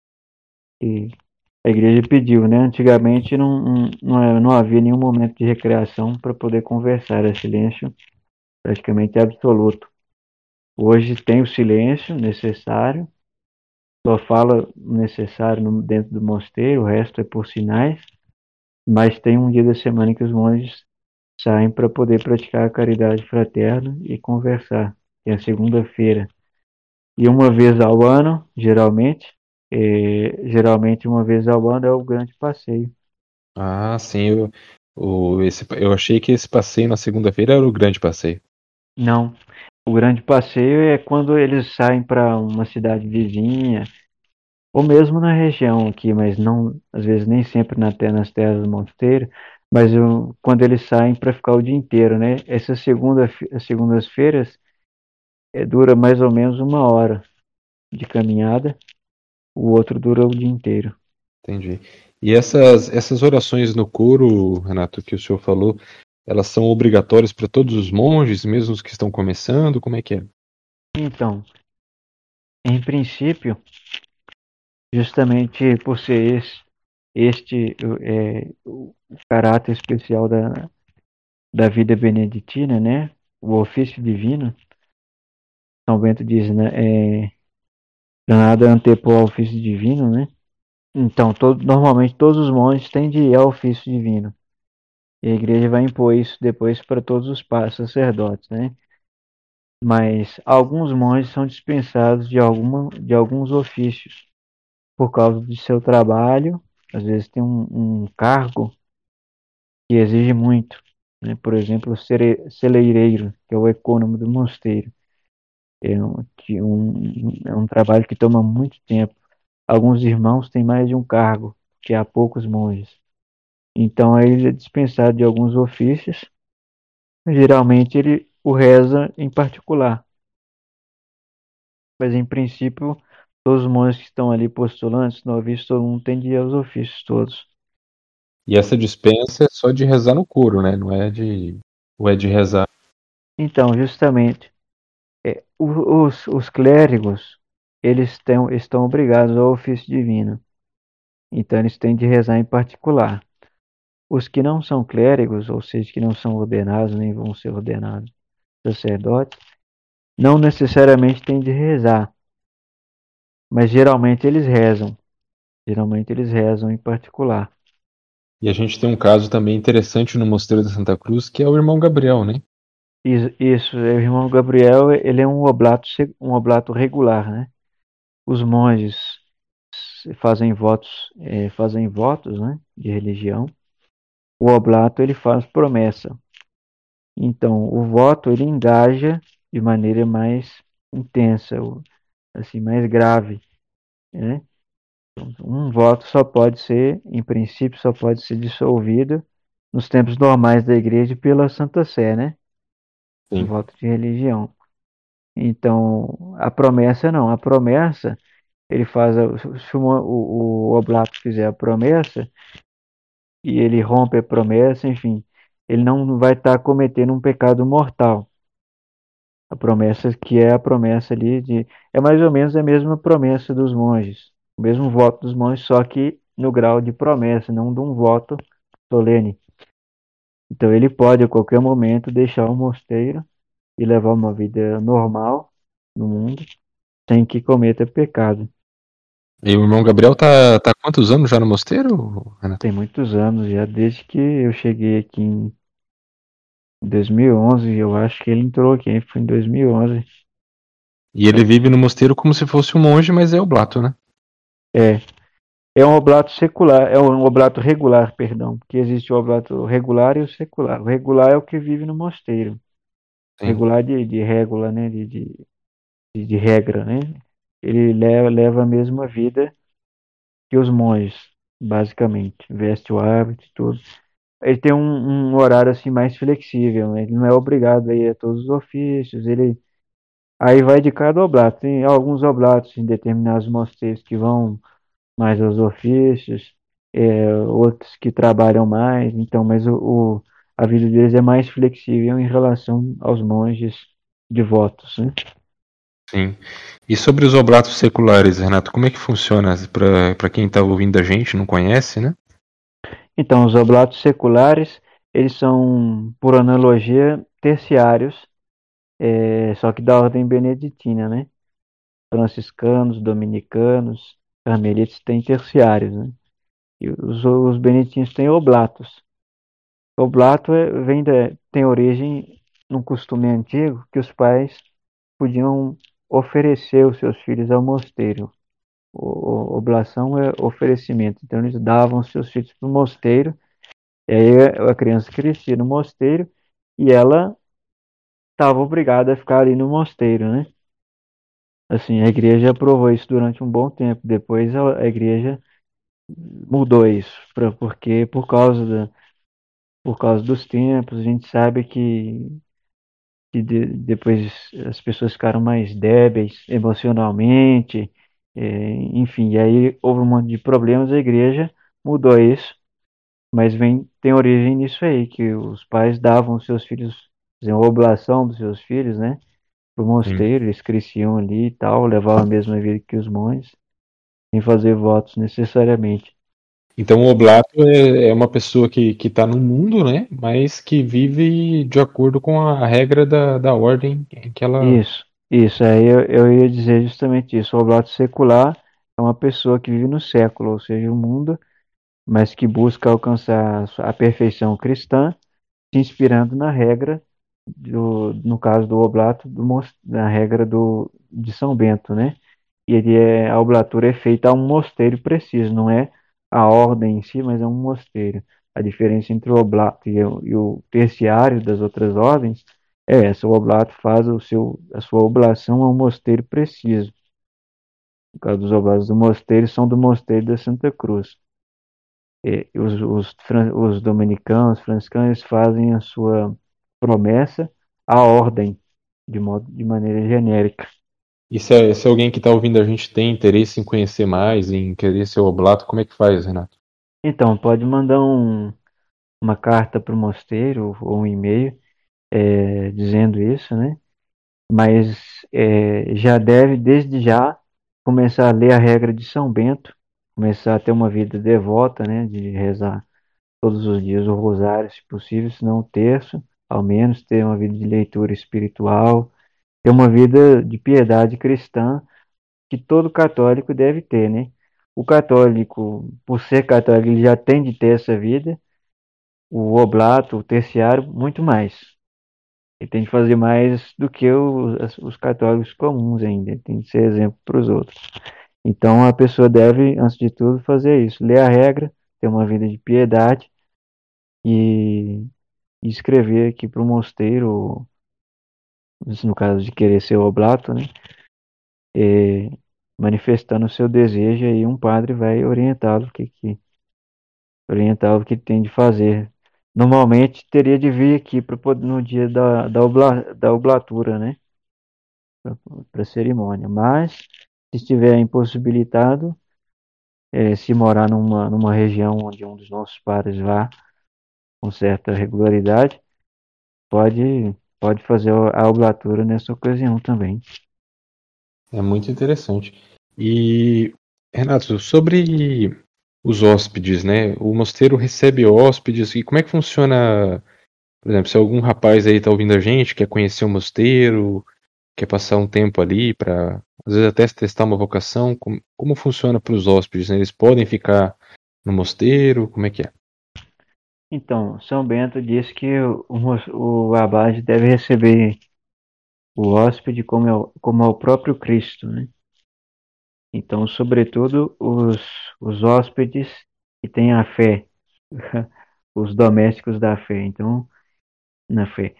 E a igreja pediu, né? Antigamente não havia nenhum momento de recreação para poder conversar, era silêncio praticamente absoluto. Hoje tem o silêncio necessário, Só fala o necessário dentro do mosteiro, o resto é por sinais, mas tem um dia da semana que os monges saem para poder praticar a caridade fraterna e conversar, que é a segunda-feira. E uma vez ao ano, geralmente uma vez ao ano é o grande passeio. Ah, sim, eu achei que esse passeio na segunda-feira era o grande passeio. Não, o grande passeio é quando eles saem para uma cidade vizinha, ou mesmo na região aqui, mas não, às vezes nem sempre nas terras do mosteiro, mas quando eles saem para ficar o dia inteiro, né? As segundas-feiras dura mais ou menos 1 hora de caminhada, o outro dura o dia inteiro. Entendi. E essas orações no coro, Renato, que o senhor falou, elas são obrigatórias para todos os monges, mesmo os que estão começando? Como é que é? Então, em princípio, justamente por ser este o caráter especial da vida beneditina, né? O ofício divino, São Bento diz, né? Nada antepor ao ofício divino, né? Então, normalmente todos os monges têm de ir ao ofício divino. E a igreja vai impor isso depois para todos os sacerdotes, né? Mas alguns monges são dispensados de alguns ofícios por causa de seu trabalho. Às vezes tem um cargo que exige muito, né? Por exemplo, o celeireiro, que é o ecônomo do mosteiro. É um trabalho que toma muito tempo. Alguns irmãos têm mais de um cargo, que há poucos monges. Então, aí ele é dispensado de alguns ofícios. Geralmente, ele o reza em particular. Mas, em princípio, todos os monges que estão ali postulantes, noviços, todo mundo tem de ir aos ofícios todos. E essa dispensa é só de rezar no coro, né? Não é de, ou é de rezar. Então, justamente, os clérigos, estão obrigados ao ofício divino. Então, eles têm de rezar em particular. Os que não são clérigos, ou seja, que não são ordenados, nem vão ser ordenados sacerdotes, não necessariamente têm de rezar, mas geralmente eles rezam. Geralmente eles rezam em particular. E a gente tem um caso também interessante no Mosteiro da Santa Cruz, que é o irmão Gabriel, né? Isso, o irmão Gabriel, ele é um oblato regular, né? Os monges fazem votos, né, de religião. O oblato, ele faz promessa. Então, o voto, ele engaja de maneira mais intensa, assim, mais grave, né? Um voto só pode ser, em princípio, só pode ser dissolvido nos tempos normais da igreja pela Santa Sé, né? Um Sim. voto de religião. Então, a promessa não. A promessa, ele faz, se o oblato fizer a promessa e ele rompe a promessa, enfim, ele não vai estar cometendo um pecado mortal. A promessa que é a promessa ali é mais ou menos a mesma promessa dos monges, o mesmo voto dos monges, só que no grau de promessa, não de um voto solene. Então ele pode a qualquer momento deixar o mosteiro e levar uma vida normal no mundo, sem que cometa pecado. E o irmão Gabriel tá há quantos anos já no mosteiro, Renato? Tem muitos anos já, desde que eu cheguei aqui em 2011, eu acho que ele entrou aqui, foi em 2011. E ele vive no mosteiro como se fosse um monge, mas é oblato, né? É, é um oblato secular, é um oblato regular, perdão, porque existe o oblato regular e o secular. O regular é o que vive no mosteiro, Sim, regular de régula, né, de regra, né? Ele leva a mesma vida que os monges, basicamente, veste o hábito e tudo. Ele tem um horário assim mais flexível, né? Ele não é obrigado a ir a todos os ofícios, ele aí vai de cada oblato. Tem alguns oblatos em determinados mosteiros que vão mais aos ofícios, outros que trabalham mais, então, mas a vida deles é mais flexível em relação aos monges devotos, né? sim. E sobre os oblatos seculares, Renato, como é que funciona para quem está ouvindo a gente, não conhece, né? Então, os oblatos seculares, eles são, por analogia, terciários, só que da ordem beneditina, né? franciscanos, dominicanos, carmelitas têm terciários, né? E os beneditinos têm oblatos. Oblato tem origem num costume antigo que os pais podiam oferecer os seus filhos ao mosteiro. Oblação é oferecimento. Então eles davam os seus filhos para o mosteiro, e aí a criança crescia no mosteiro e ela estava obrigada a ficar ali no mosteiro, né? Assim, a igreja aprovou isso durante um bom tempo. Depois a igreja mudou isso, porque por causa dos tempos, a gente sabe que depois as pessoas ficaram mais débeis emocionalmente, enfim, e aí houve um monte de problemas, a igreja mudou isso, mas tem origem nisso aí, que os pais davam os seus filhos, faziam a oblação dos seus filhos, né, pro Sim. mosteiro, eles cresciam ali e tal, levavam a mesma vida que os monges, sem fazer votos necessariamente. Então, o oblato é uma pessoa que está no mundo, né? Mas que vive de acordo com a regra da ordem em que ela. Isso, aí eu ia dizer justamente isso. O oblato secular é uma pessoa que vive no século, ou seja, o mundo, mas que busca alcançar a perfeição cristã, se inspirando na regra no caso do oblato, na regra de São Bento, né? E a oblatura é feita a um mosteiro preciso, não é a ordem em si, mas é um mosteiro. A diferença entre o oblato e o terciário das outras ordens é essa: o oblato faz a sua oblação a um mosteiro preciso. No caso dos oblatos do mosteiro, são do mosteiro da Santa Cruz. Os dominicanos, franciscanos, fazem a sua promessa à ordem, de maneira genérica. E se alguém que está ouvindo a gente tem interesse em conhecer mais, em querer ser oblato, como é que faz, Renato? Então, pode mandar uma carta para o mosteiro ou um e-mail dizendo isso, né? Mas já deve, desde já, começar a ler a regra de São Bento, começar a ter uma vida devota, né? De rezar todos os dias o rosário, se possível, se não o terço, ao menos ter uma vida de leitura espiritual, ter uma vida de piedade cristã que todo católico deve ter, né? O católico, por ser católico, ele já tem de ter essa vida, o oblato, o terciário, muito mais. Ele tem de fazer mais do que os católicos comuns ainda, ele tem de ser exemplo para os outros. Então a pessoa deve, antes de tudo, fazer isso, ler a regra, ter uma vida de piedade e escrever aqui para o mosteiro, no caso de querer ser oblato, né? É, manifestando o seu desejo, aí um padre vai orientá-lo o que tem de fazer. Normalmente teria de vir aqui no dia da oblatura, né? Para a cerimônia. Mas, se estiver impossibilitado, se morar numa região onde um dos nossos padres vá com certa regularidade, pode fazer a oblatura nessa ocasião também. É muito interessante. E, Renato, sobre os hóspedes, né? O mosteiro recebe hóspedes e como é que funciona, por exemplo, se algum rapaz aí está ouvindo a gente, quer conhecer o mosteiro, quer passar um tempo ali para, às vezes até testar uma vocação, como funciona para os hóspedes, né? Eles podem ficar no mosteiro, como é que é? Então, São Bento diz que o abade deve receber o hóspede como é o próprio Cristo, né? Então, sobretudo, os hóspedes que têm a fé, os domésticos da fé, então, na fé,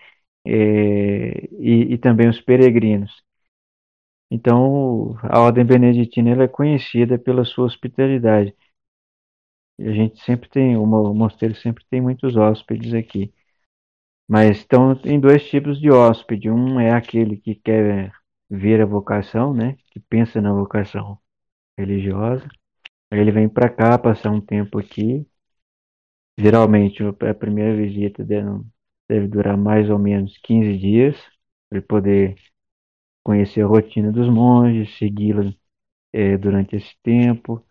e também os peregrinos. Então, a Ordem Beneditina ela é conhecida pela sua hospitalidade. E a gente sempre tem, o mosteiro sempre tem muitos hóspedes aqui. Mas então, tem dois tipos de hóspede. Um é aquele que quer ver a vocação, né? Que pensa na vocação religiosa. Aí ele vem para cá passar um tempo aqui. Geralmente, a primeira visita deve durar mais ou menos 15 dias, para ele poder conhecer a rotina dos monges, segui-la durante esse tempo,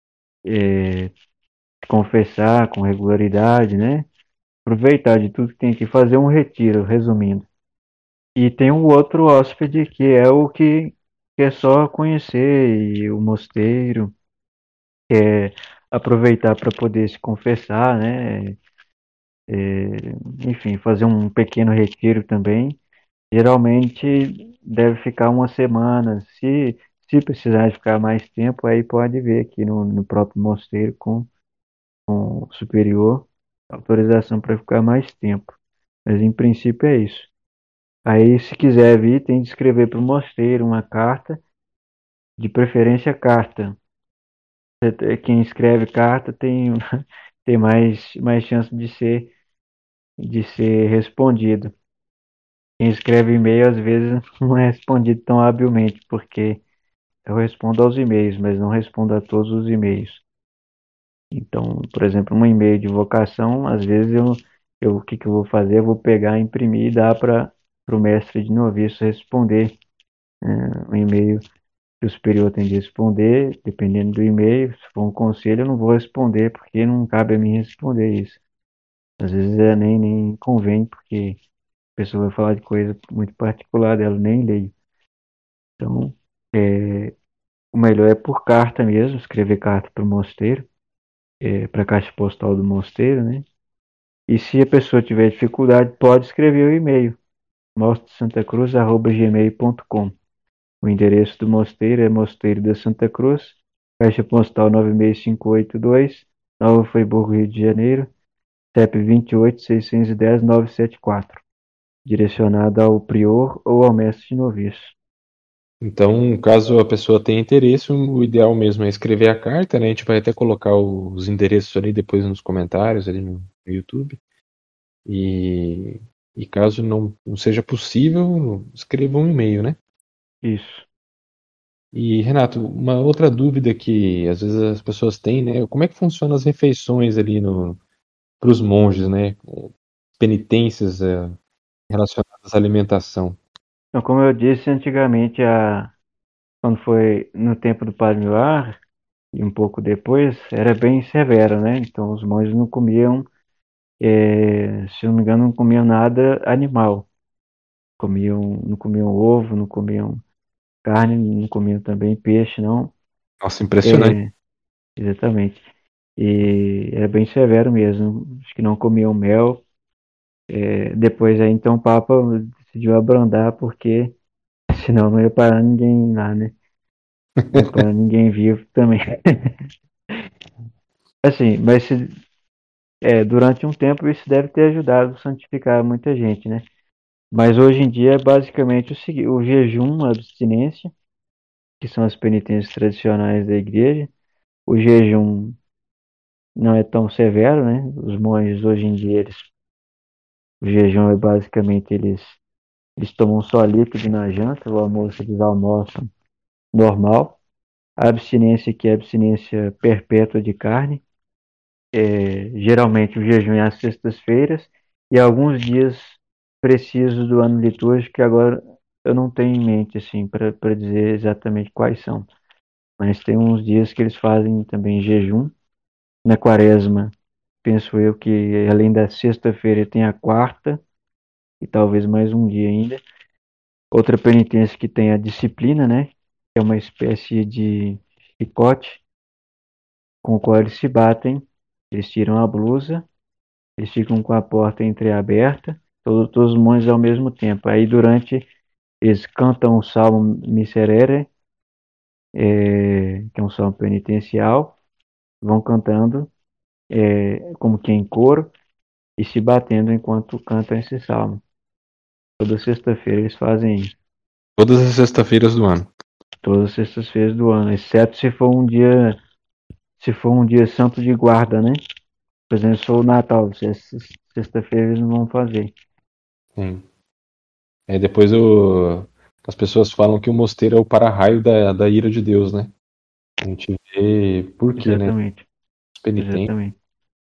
confessar com regularidade, né? Aproveitar de tudo que tem aqui, fazer um retiro, resumindo. E tem um outro hóspede que é o que quer só conhecer o mosteiro, quer aproveitar para poder se confessar, né? Enfim, fazer um pequeno retiro também. Geralmente deve ficar uma semana. Se precisar de ficar mais tempo, aí pode ver aqui no próprio mosteiro com o superior autorização para ficar mais tempo. Mas em princípio é isso. Aí, se quiser vir, tem de escrever para o mosteiro uma carta, de preferência carta. Quem escreve carta tem, tem mais chance de ser respondido. Quem escreve e-mail às vezes não é respondido tão habilmente, porque eu respondo aos e-mails, mas não respondo a todos os e-mails. Então, por exemplo, um e-mail de vocação, às vezes o que que eu vou fazer? Eu vou pegar, imprimir e dar para o mestre de noviço responder, um e-mail que o superior tem de responder, dependendo do e-mail. Se for um conselho, eu não vou responder, porque não cabe a mim responder isso. Às vezes nem convém, porque a pessoa vai falar de coisa muito particular dela, nem leio. Então, o melhor é por carta mesmo, escrever carta para o mosteiro, para a caixa postal do mosteiro, né? E se a pessoa tiver dificuldade, pode escrever o e-mail, mostresantacruz@gmail.com. O endereço do mosteiro é Mosteiro da Santa Cruz, caixa postal 96582, Nova Friburgo, Rio de Janeiro, CEP 28.610.974, direcionado ao prior ou ao mestre de noviço. Então, caso a pessoa tenha interesse, o ideal mesmo é escrever a carta, né? A gente vai até colocar os endereços ali depois nos comentários ali no YouTube. E, e caso não seja possível, escreva um e-mail, né? Isso. E, Renato, uma outra dúvida que às vezes as pessoas têm, né? Como é que funcionam as refeições ali para os monges, né? Penitências relacionadas à alimentação. Então, como eu disse antigamente, quando foi no tempo do Padre Millar, e um pouco depois, era bem severo, né? Então, os monges não comiam, se eu não me engano, não comiam nada animal. Não comiam ovo, não comiam carne, não comiam também peixe, não. Nossa, impressionante. É, exatamente. E era bem severo mesmo. Acho que não comiam mel. Depois aí, então, o Papa decidiu abrandar, porque senão não ia parar ninguém lá, né? Não ia parar ninguém vivo também. Assim, mas durante um tempo isso deve ter ajudado a santificar muita gente, né? Mas hoje em dia é basicamente o jejum, a abstinência, que são as penitências tradicionais da igreja. O jejum não é tão severo, né? Os monges hoje em dia, o jejum é basicamente eles tomam só líquido na janta, o almoço eles almoçam normal. A abstinência, que é a abstinência perpétua de carne, geralmente o jejum é às sextas-feiras e alguns dias precisos do ano litúrgico, que agora eu não tenho em mente assim para dizer exatamente quais são, mas tem uns dias que eles fazem também jejum. Na quaresma, penso eu que além da sexta-feira tem a quarta e talvez mais um dia ainda. Outra penitência que tem a disciplina, né? Que é uma espécie de chicote com o qual eles se batem. Eles tiram a blusa, eles ficam com a porta entreaberta, todos os monges ao mesmo tempo. Aí durante eles cantam o salmo Miserere, que é um salmo penitencial, vão cantando como que em coro e se batendo enquanto cantam esse salmo. Toda sexta-feira eles fazem isso. Todas as sextas-feiras do ano. Todas as sextas-feiras do ano, exceto se for um dia santo de guarda, né? Por exemplo, se for o Natal, sexta-feira eles não vão fazer. Sim. Depois as pessoas falam que o mosteiro é o para-raio da ira de Deus, né? A gente vê por quê, né? Exatamente, Os penitentes, exatamente.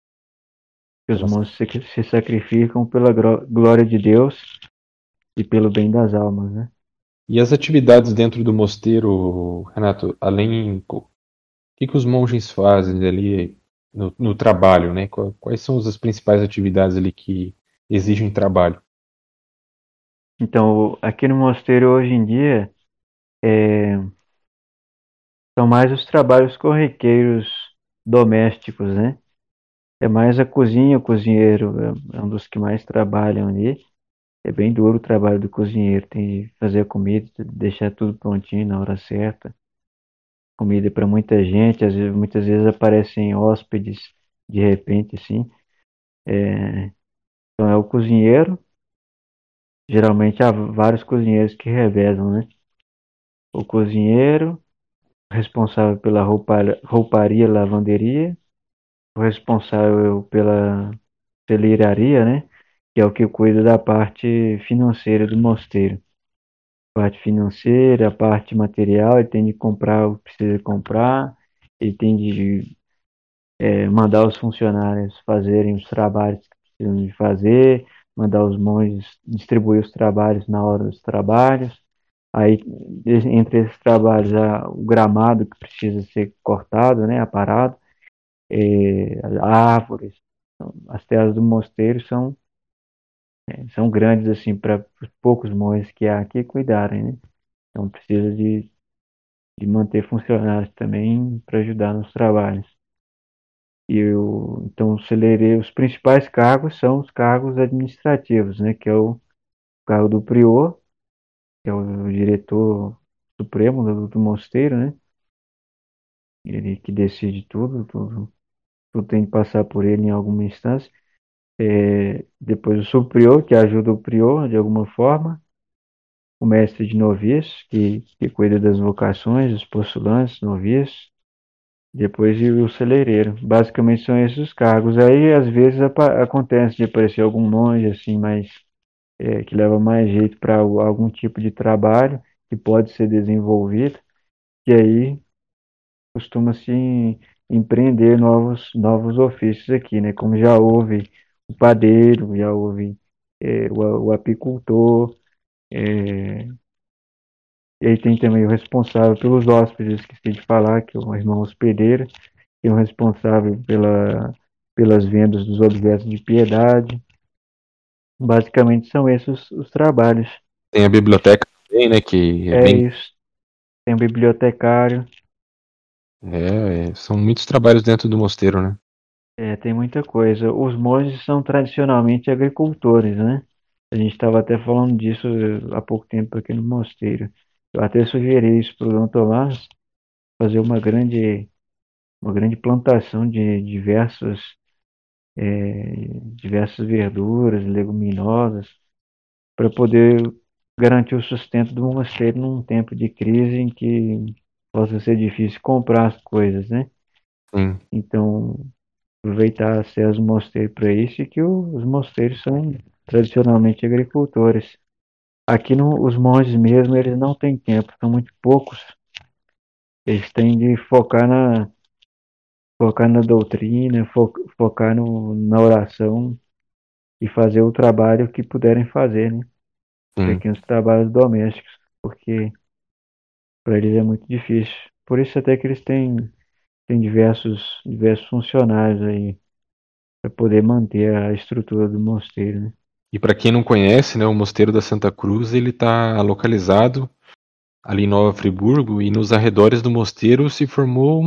Que os elas... monges se sacrificam pela glória de Deus e pelo bem das almas, né? E as atividades dentro do mosteiro, Renato, o que os monges fazem ali no trabalho, né? Quais são as principais atividades ali que exigem trabalho? Então, aqui no mosteiro hoje em dia, São mais os trabalhos corriqueiros domésticos, né? É mais a cozinha, o cozinheiro é um dos que mais trabalham ali. É bem duro o trabalho do cozinheiro, tem que fazer a comida, deixar tudo prontinho na hora certa. Comida para muita gente, às vezes, muitas vezes aparecem hóspedes de repente, assim. Então é o cozinheiro, geralmente há vários cozinheiros que revezam, né? O cozinheiro, responsável pela rouparia, lavanderia, o responsável pela celeiraria, né? Que é o que cuida da parte financeira do mosteiro. Parte financeira, a parte material, ele tem de comprar o que precisa comprar, ele tem de mandar os funcionários fazerem os trabalhos que precisam de fazer, mandar os monges distribuir os trabalhos na hora dos trabalhos. Aí, entre esses trabalhos, há o gramado que precisa ser cortado, né, aparado, árvores. As terras do mosteiro são grandes, assim, para os poucos monges que há aqui cuidarem, né? Então, precisa de manter funcionários também para ajudar nos trabalhos. Então, os principais cargos são os cargos administrativos, né? Que é o cargo do prior, que é o diretor supremo do mosteiro, né? Ele que decide tudo tem que passar por ele em alguma instância. Depois o subprior, que ajuda o prior de alguma forma. O mestre de noviços, que cuida das vocações, dos postulantes, noviços. Depois o celeireiro. Basicamente são esses os cargos. Aí às vezes acontece de aparecer algum monge assim, mas que leva mais jeito para algum tipo de trabalho que pode ser desenvolvido. E aí costuma-se empreender novos ofícios aqui, né? Como já houve o padeiro, já houve o apicultor, é, e aí tem também o responsável pelos hóspedes, esqueci de falar, que é o irmão hospedeiro, tem o responsável pelas vendas dos objetos de piedade. Basicamente são esses os trabalhos. Tem a biblioteca também, né? Que é É bem. isso. Tem o bibliotecário, São muitos trabalhos dentro do mosteiro, né? tem muita coisa. Os monges são tradicionalmente agricultores, né? A gente estava até falando disso há pouco tempo aqui no mosteiro. Eu até sugeri isso para o Dom Tomás, fazer uma grande plantação de diversas verduras, leguminosas, para poder garantir o sustento do mosteiro num tempo de crise em que possa ser difícil comprar as coisas, né? Sim. Então, aproveitar as terras do mosteiro para isso e que os mosteiros são tradicionalmente agricultores. Aqui os monges mesmo, eles não têm tempo, são muito poucos. Eles têm de focar na doutrina, focar na oração e fazer o trabalho que puderem fazer, né? Sim. Pequenos trabalhos domésticos, porque para eles é muito difícil. Por isso até que eles têm diversos funcionários aí para poder manter a estrutura do mosteiro, né? E para quem não conhece, né, o Mosteiro da Santa Cruz, ele está localizado ali em Nova Friburgo e nos arredores do mosteiro se formou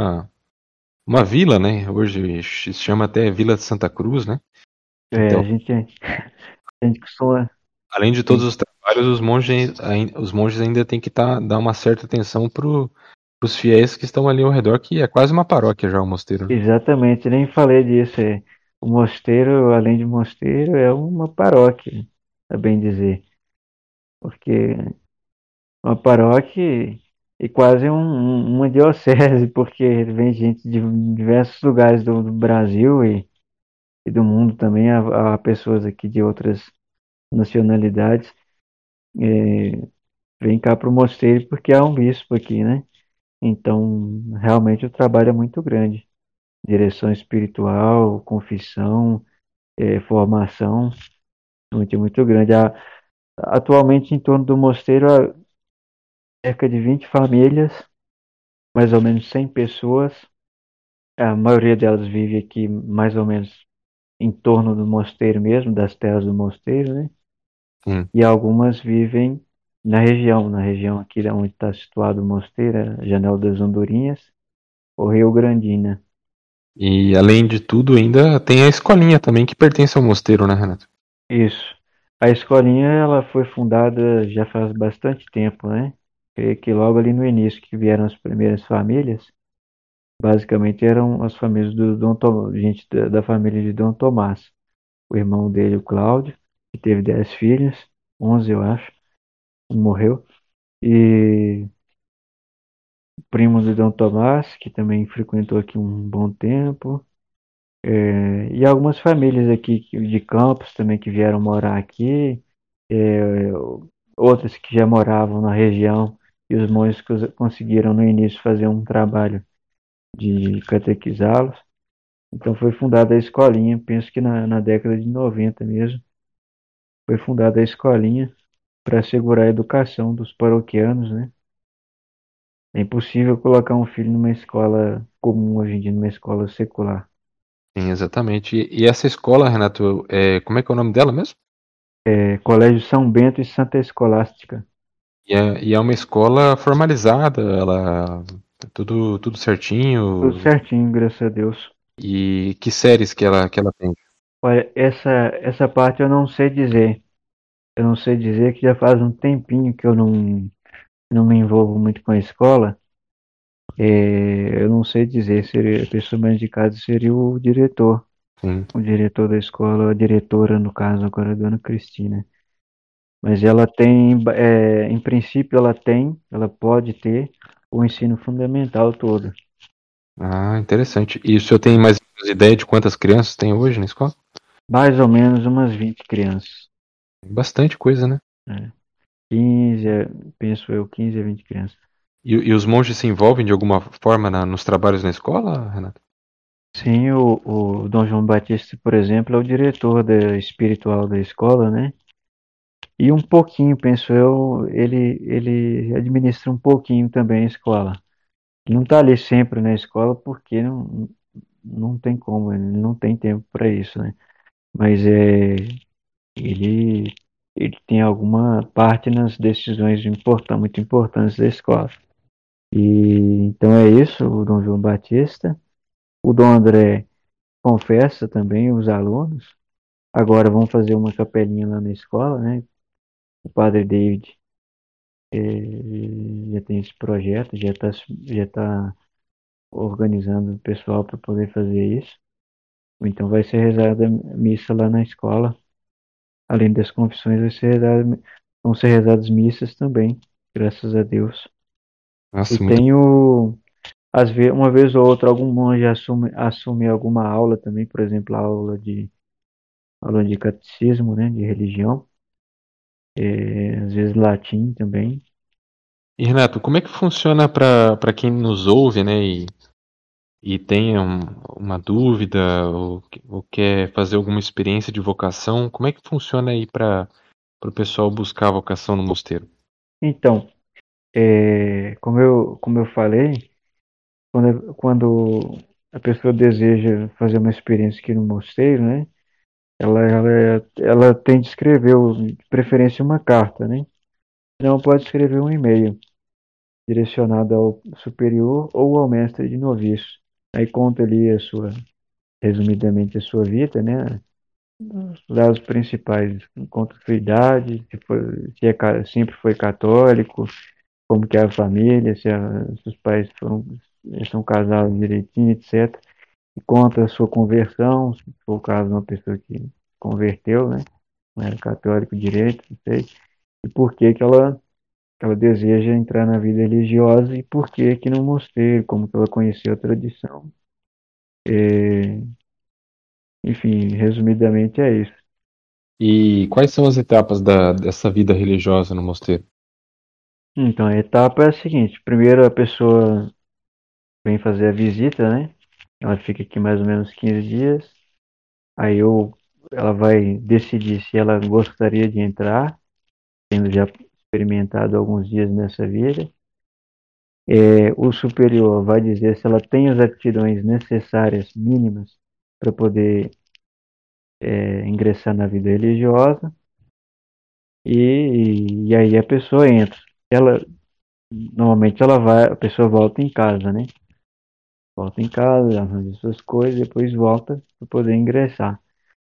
uma vila, né? Hoje se chama até Vila de Santa Cruz, né? É, Então, a gente costuma, além de todos sim, os trabalhos, os monges ainda têm que dar uma certa atenção para os fiéis que estão ali ao redor, que é quase uma paróquia já o mosteiro, né? exatamente, nem falei disso. O mosteiro, além de mosteiro, é uma paróquia, a bem dizer, porque uma paróquia e quase uma diocese, porque vem gente de diversos lugares do Brasil e do mundo também, há pessoas aqui de outras nacionalidades, é, vem cá para o mosteiro porque há um bispo aqui, né? Então, realmente o trabalho é muito grande. Direção espiritual, confissão, formação, muito, muito grande. Atualmente, em torno do mosteiro, há cerca de 20 famílias, mais ou menos 100 pessoas. A maioria delas vive aqui, mais ou menos, em torno do mosteiro mesmo, das terras do mosteiro, né? Sim. E algumas vivem na região aqui onde está situado o mosteiro, a Janela das Andorinhas, o Rio Grandina. E além de tudo, ainda tem a escolinha também que pertence ao mosteiro, né, Renato? Isso. A escolinha ela foi fundada já faz bastante tempo, né? Creio que logo ali no início que vieram as primeiras famílias, basicamente eram as famílias do Dom Tomás, gente da família de Dom Tomás. O irmão dele, o Cláudio, que teve 10 filhos, 11 eu acho, morreu. E o primo de Dom Tomás, que também frequentou aqui um bom tempo. E algumas famílias aqui de Campos também que vieram morar aqui. É, outras que já moravam na região. E os monges conseguiram no início fazer um trabalho de catequizá-los. Então foi fundada a escolinha, penso que na década de 90 mesmo, foi fundada a escolinha para assegurar a educação dos paroquianos, né? É impossível colocar um filho numa escola comum hoje em dia, numa escola secular. Sim, exatamente. E essa escola, Renato, como é que é o nome dela mesmo? É, Colégio São Bento e Santa Escolástica. E é uma escola formalizada, ela tudo Tudo certinho. certinho, graças a Deus. E que séries que ela tem? Olha, essa parte eu não sei dizer. Eu não sei dizer que já faz um tempinho que eu não me envolvo muito com a escola. Eu não sei dizer. Seria, a pessoa mais indicada seria o diretor. Sim. O diretor da escola, a diretora, no caso, agora a dona Cristina. Mas ela tem, em princípio, ela pode ter o ensino fundamental todo. Ah, interessante. E o senhor tem mais ou menos ideia de quantas crianças tem hoje na escola? Mais ou menos umas 20 crianças. Bastante coisa, né? Né? 15, penso eu, 15 a 20 crianças. E os monges se envolvem de alguma forma nos trabalhos na escola, Renato? Sim, o Dom João Batista, por exemplo, é o diretor espiritual da escola, né? E um pouquinho, penso eu, ele administra um pouquinho também a escola. Não está ali sempre na escola porque não tem como, ele não tem tempo para isso, né? Mas ele, ele tem alguma parte nas decisões muito importantes da escola. E então é isso, o Dom João Batista. O Dom André confessa também os alunos. Agora vão fazer uma capelinha lá na escola, né? O Padre David já tem esse projeto, já tá organizando o pessoal para poder fazer isso. Então vai ser rezada missa lá na escola. Além das confissões, vão ser rezadas missas também, graças a Deus. E Nossa, muito. tenho, uma vez ou outra, algum monge assume alguma aula também, por exemplo, aula de catecismo, né, de religião, às vezes latim também. E Renato, como é que funciona para quem nos ouve, né, e tem uma dúvida ou quer fazer alguma experiência de vocação? Como é que funciona aí para o pessoal buscar a vocação no mosteiro? Então, como eu falei, quando a pessoa deseja fazer uma experiência aqui no mosteiro, né, ela tem de escrever, de preferência, uma carta, né? Não pode escrever um e-mail direcionado ao superior ou ao mestre de noviço. Aí conta ali resumidamente a sua vida, né? Os dados principais, conta a sua idade, sempre foi católico, como que é a família, se os pais são casados direitinho, etc. E conta a sua conversão, se for o caso de uma pessoa que converteu, né? Não era católico direito, não sei. E por que que ela deseja entrar na vida religiosa e por que que no mosteiro, como que ela conheceu a tradição. É, enfim, resumidamente é isso. E quais são as etapas dessa vida religiosa no mosteiro? Então, a etapa é a seguinte: primeiro a pessoa vem fazer a visita, né? Ela fica aqui mais ou menos 15 dias. Aí ela vai decidir se ela gostaria de entrar, tendo já experimentado alguns dias nessa vida. O superior vai dizer se ela tem as aptidões necessárias, mínimas, para poder ingressar na vida religiosa. e aí a pessoa entra. Ela, normalmente a pessoa volta em casa, né? Volta em casa, arranja suas coisas, depois volta para poder ingressar.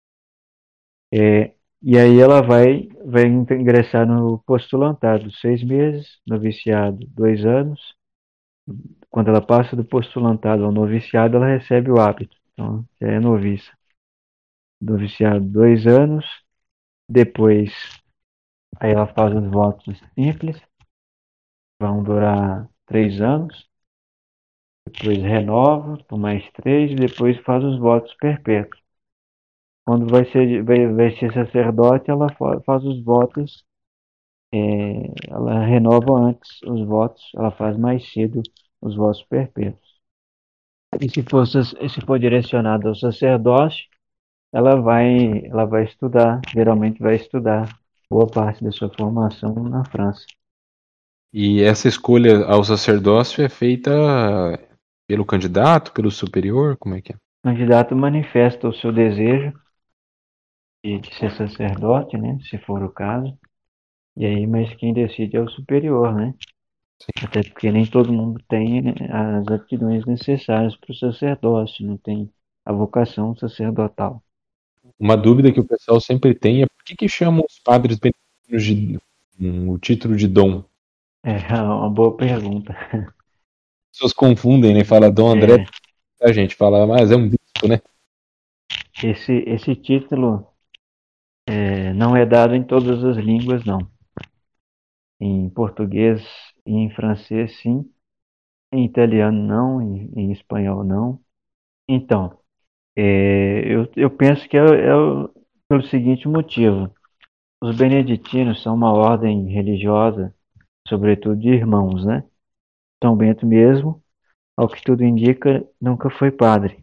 E aí ela vai ingressar no postulantado 6 meses, noviciado 2 anos. Quando ela passa do postulantado ao noviciado, ela recebe o hábito. Então, já é noviça. Noviciado 2 anos, depois aí ela faz os votos simples, vão durar 3 anos, depois renova por mais três, e depois faz os votos perpétuos. Quando vai ser sacerdote, ela faz os votos, ela renova antes os votos, ela faz mais cedo os votos perpétuos. E se for direcionado ao sacerdócio, ela vai estudar, geralmente vai estudar boa parte da sua formação na França. E essa escolha ao sacerdócio é feita pelo candidato, pelo superior? Como é que é? O candidato manifesta o seu desejo de ser sacerdote, né, se for o caso, e aí, mas quem decide é o superior, né? Até porque nem todo mundo tem as aptidões necessárias para o sacerdócio, não tem a vocação sacerdotal. Uma dúvida que o pessoal sempre tem é por que chamam os padres beneditinos de o título de dom? É uma boa pergunta. As pessoas confundem, né? Fala Dom André, É, a gente fala, mas é um bispo, né? esse título não é dado em todas as línguas, não. Em português e em francês, sim. Em italiano, não. Em espanhol, não. Então, eu penso que pelo seguinte motivo. Os beneditinos são uma ordem religiosa, sobretudo de irmãos, né? São Bento mesmo, ao que tudo indica, nunca foi padre.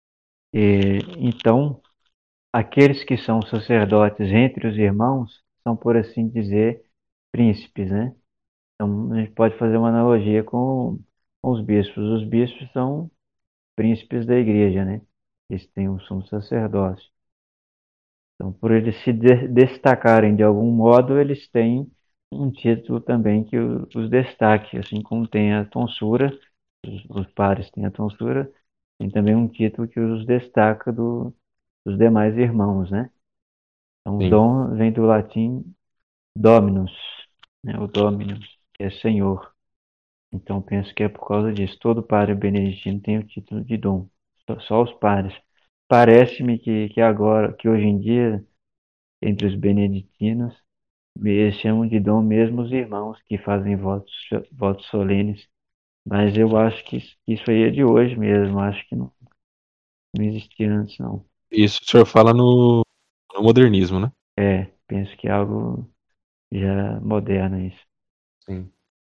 Então, aqueles que são sacerdotes entre os irmãos são, por assim dizer, príncipes, né? Então, a gente pode fazer uma analogia com os bispos. Os bispos são príncipes da igreja, né? Eles têm um sumo sacerdócio. Então, por eles se destacarem de algum modo, eles têm um título também que os destaque, assim como tem a tonsura, os pares têm a tonsura, tem também um título que os destaca dos demais irmãos, né? Então, Sim. dom vem do latim dominus, né? O dominus, que é senhor. Então, penso que é por causa disso. Todo padre beneditino tem o título de dom, só os padres. Parece-me que agora, que hoje em dia, entre os beneditinos, eles chamam de dom mesmo os irmãos que fazem votos solenes. Mas eu acho que isso aí é de hoje mesmo. Acho que não existia antes, não. Isso o senhor fala no modernismo, né? Penso que é algo já moderno isso. Sim.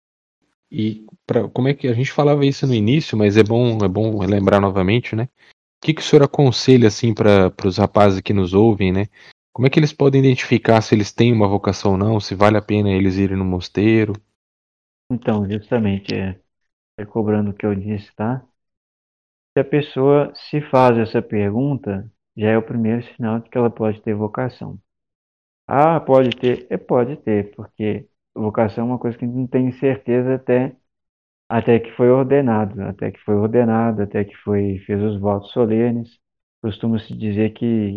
E como é que a gente falava isso no início, mas é bom relembrar novamente, né? O que o senhor aconselha assim para os rapazes que nos ouvem, né? Como é que eles podem identificar se eles têm uma vocação ou não, se vale a pena eles irem no mosteiro? Então, justamente, cobrando o que eu disse, tá? Se a pessoa se faz essa pergunta, já é o primeiro sinal de que ela pode ter vocação. Ah, pode ter? Pode ter, porque vocação é uma coisa que a gente não tem certeza até que foi ordenado, até que fez os votos solenes. Costuma-se dizer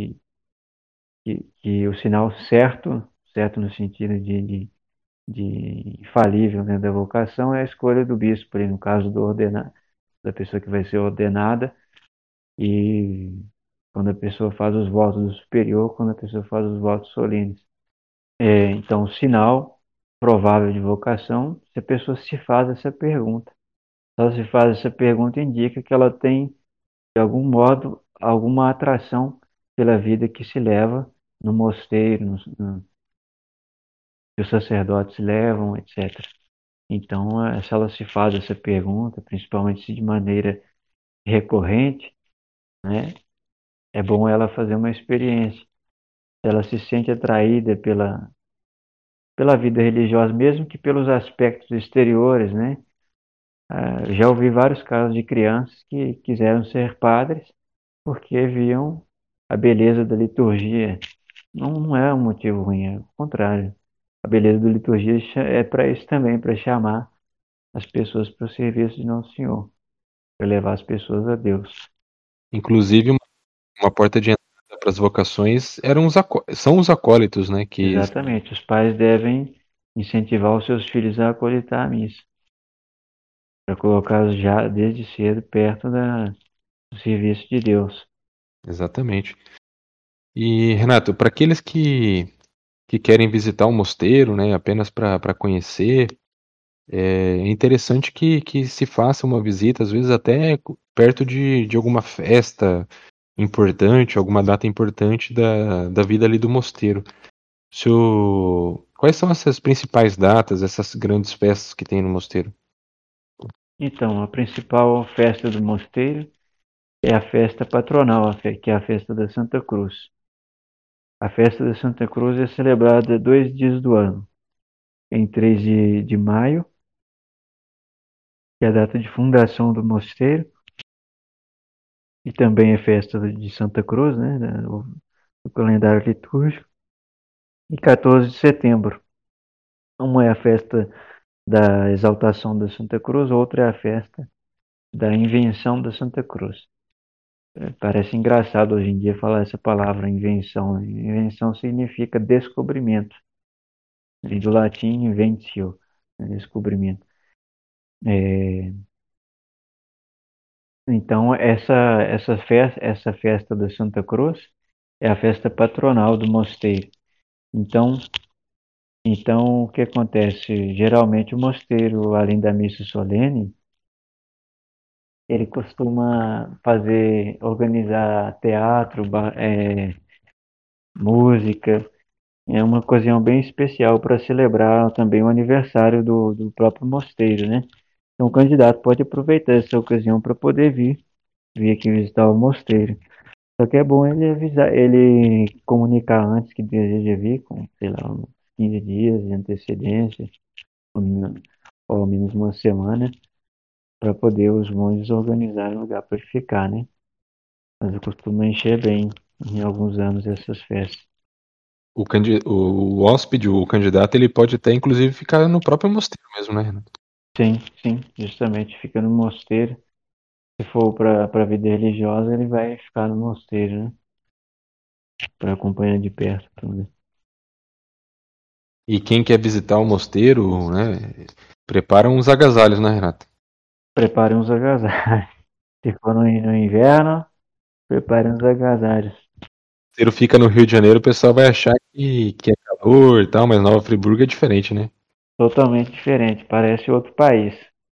que o sinal certo, certo no sentido de infalível, né, da vocação, é a escolha do bispo, ali, no caso da pessoa que vai ser ordenada, e quando a pessoa faz os votos do superior, quando a pessoa faz os votos solenes. Então, o sinal provável de vocação, se a pessoa se faz essa pergunta. Se ela se faz essa pergunta, indica que ela tem, de algum modo, alguma atração pela vida que se leva no mosteiro, que os sacerdotes levam, etc. Então, se ela se faz essa pergunta, principalmente se de maneira recorrente, né, é bom ela fazer uma experiência. Se ela se sente atraída pela vida religiosa, mesmo que pelos aspectos exteriores, né? Já ouvi vários casos de crianças que quiseram ser padres porque viam a beleza da liturgia. Não é um motivo ruim, é o contrário. a beleza da liturgia é para isso também, para chamar as pessoas para o serviço de Nosso Senhor, para levar as pessoas a Deus. Inclusive, uma porta de entrada para as vocações são os acólitos, né? Exatamente, os pais devem incentivar os seus filhos a acolitar a missa, para colocá-los já desde cedo perto do serviço de Deus. Exatamente. E, Renato, para aqueles que querem visitar o mosteiro, né, apenas para conhecer, é interessante que se faça uma visita, às vezes até perto de alguma festa importante, alguma data importante da vida ali do mosteiro. Quais são essas principais datas, essas grandes festas que tem no mosteiro? Então, a principal festa do mosteiro é a festa patronal, que é a festa da Santa Cruz. A festa da Santa Cruz é celebrada 2 dias do ano, em 3 de maio, que é a data de fundação do mosteiro, e também é festa de Santa Cruz, né, do calendário litúrgico, e 14 de setembro. Uma é a festa da exaltação da Santa Cruz, outra é a festa da invenção da Santa Cruz. Parece engraçado hoje em dia falar essa palavra invenção. Invenção significa descobrimento. Vem do latim inventio, né, descobrimento. É, então, essa festa da Santa Cruz é a festa patronal do mosteiro. Então, então, o que acontece? Geralmente o mosteiro, além da missa solene, ele costuma organizar teatro, música. É uma ocasião bem especial para celebrar também o aniversário do próprio mosteiro, né? Então, o candidato pode aproveitar essa ocasião para poder vir aqui visitar o mosteiro. Só que é bom ele avisar, ele comunicar antes que deseja vir, com, sei lá, uns 15 dias de antecedência, ou ao menos uma semana, para poder os monges organizarem um lugar para ele ficar, né? Mas eu costumo encher bem em alguns anos essas festas. O hóspede, o candidato, ele pode até inclusive ficar no próprio mosteiro mesmo, né, Renato? Sim, sim, justamente fica no mosteiro. Se for para a vida religiosa, ele vai ficar no mosteiro, né? Para acompanhar de perto tudo. E quem quer visitar o mosteiro, né, prepara uns agasalhos, né, Renato? Prepare uns agasalhos. Se for no inverno, prepare uns agasalhos. O mosteiro fica no Rio de Janeiro, o pessoal vai achar que é calor e tal, mas Nova Friburgo é diferente, né? Totalmente diferente, parece outro país.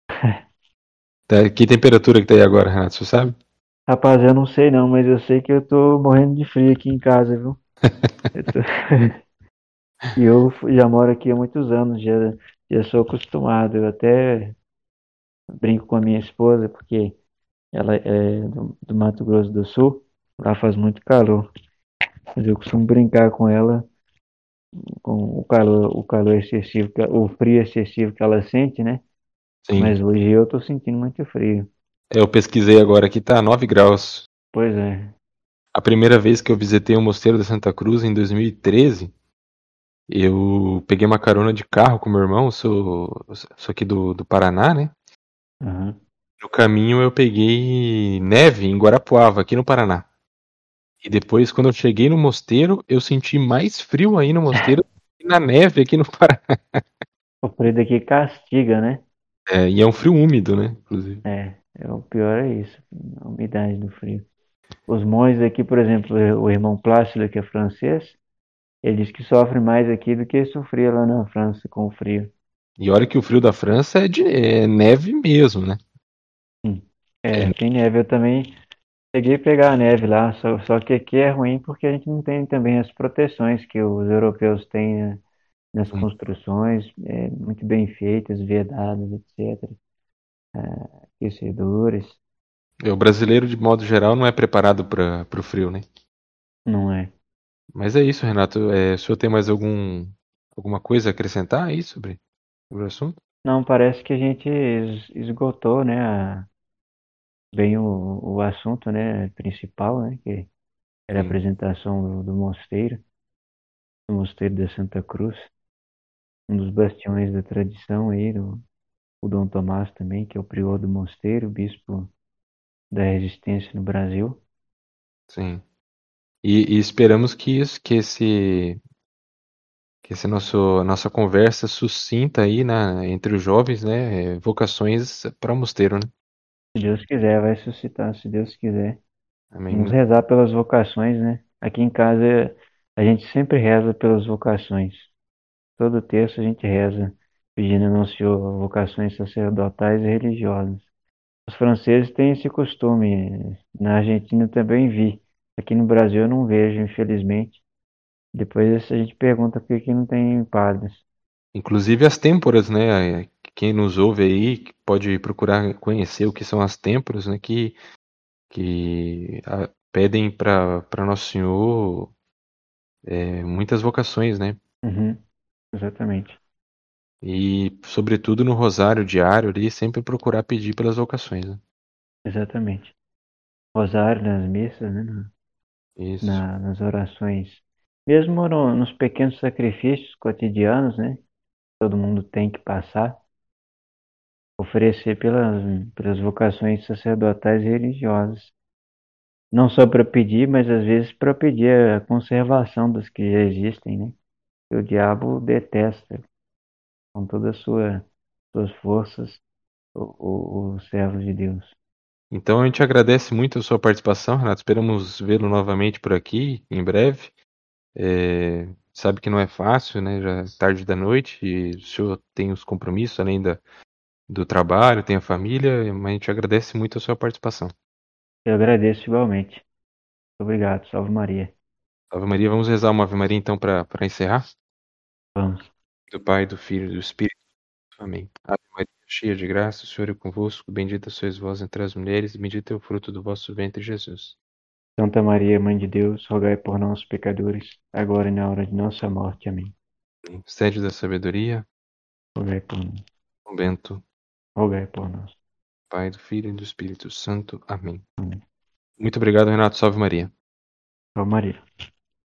Que temperatura que tá aí agora, Renato, você sabe? Rapaz, eu não sei não, mas eu sei que eu tô morrendo de frio aqui em casa, viu? Eu tô- E eu já moro aqui há muitos anos, já sou acostumado. Eu até brinco com a minha esposa, porque ela é do Mato Grosso do Sul, lá faz muito calor. Mas eu costumo brincar com ela com o calor excessivo, o frio excessivo que ela sente, né? Sim. Mas hoje eu tô sentindo muito frio. Eu pesquisei agora aqui, tá 9 graus. Pois é. A primeira vez que eu visitei o Mosteiro da Santa Cruz, em 2013, eu peguei uma carona de carro com meu irmão, sou aqui do Paraná, né? Aham. No caminho eu peguei neve em Guarapuava, aqui no Paraná. E depois, quando eu cheguei no mosteiro, eu senti mais frio aí no mosteiro que na neve aqui no Paraná. O frio daqui castiga, né? É, e é um frio úmido, né? Inclusive. O pior é isso, a umidade do frio. Os monges aqui, por exemplo, o irmão Plácido, que é francês, ele diz que sofre mais aqui do que sofria lá na França com o frio. E olha que o frio da França é neve mesmo, né? Hum. É, Tem neve, eu também cheguei a pegar a neve lá, só que aqui é ruim porque a gente não tem também as proteções que os europeus têm, né, nas construções, muito bem feitas, vedadas, etc. Aquecedores, o brasileiro, de modo geral, não é preparado para o frio, né? não é. Mas é isso, Renato. O senhor tem mais alguma coisa a acrescentar aí sobre o assunto? Não, parece que a gente esgotou, né, bem o assunto, né, principal, né, que era a Sim. apresentação do mosteiro da Santa Cruz. um dos bastiões da tradição aí, o Dom Tomás também, que é o prior do mosteiro, bispo da resistência no Brasil. Sim. E esperamos que esse nossa conversa sucinta aí, né, entre os jovens, né, vocações para o mosteiro, né? Se Deus quiser, vai suscitar, se Deus quiser. Amém. Vamos rezar pelas vocações, né? Aqui em casa a gente sempre reza pelas vocações. Todo terço a gente reza, pedindo ao Nosso Senhor vocações sacerdotais e religiosas. Os franceses têm esse costume. Na Argentina eu também vi. Aqui no Brasil eu não vejo, infelizmente. Depois a gente pergunta por que que não tem padres. Inclusive as têmporas, né? Quem nos ouve aí pode procurar conhecer o que são as têmporas, né? Que pedem para Nosso Senhor muitas vocações, né? Uhum, exatamente, E sobretudo no rosário diário ali, sempre procurar pedir pelas vocações, né? exatamente. Rosário nas missas, né? Isso. Nas orações. Mesmo nos pequenos sacrifícios cotidianos, né? Todo mundo tem que passar. Oferecer pelas vocações sacerdotais e religiosas. Não só para pedir, mas às vezes para pedir a conservação dos que já existem, né? Que o diabo detesta com todas as suas forças os servos de Deus. Então a gente agradece muito a sua participação, Renato. Esperamos vê-lo novamente por aqui em breve. Sabe que não é fácil, né? Já é tarde da noite e o senhor tem os compromissos além do trabalho, tem a família, mas a gente agradece muito a sua participação. Eu agradeço igualmente. Obrigado. Salve Maria. Ave Maria, vamos rezar uma Ave Maria então para encerrar? Vamos. Do Pai, do Filho e do Espírito. Amém. Ave Maria, cheia de graça, o Senhor é convosco, bendita sois vós entre as mulheres, e bendito é o fruto do vosso ventre, Jesus. Santa Maria, Mãe de Deus, rogai por nós, pecadores, agora e na hora de nossa morte. Amém. Sede da sabedoria, Rogai por nós. São Bento, Rogai por nós. Pai, do Filho e do Espírito Santo. Amém. Amém. Muito obrigado, Renato. Salve Maria. Salve Maria.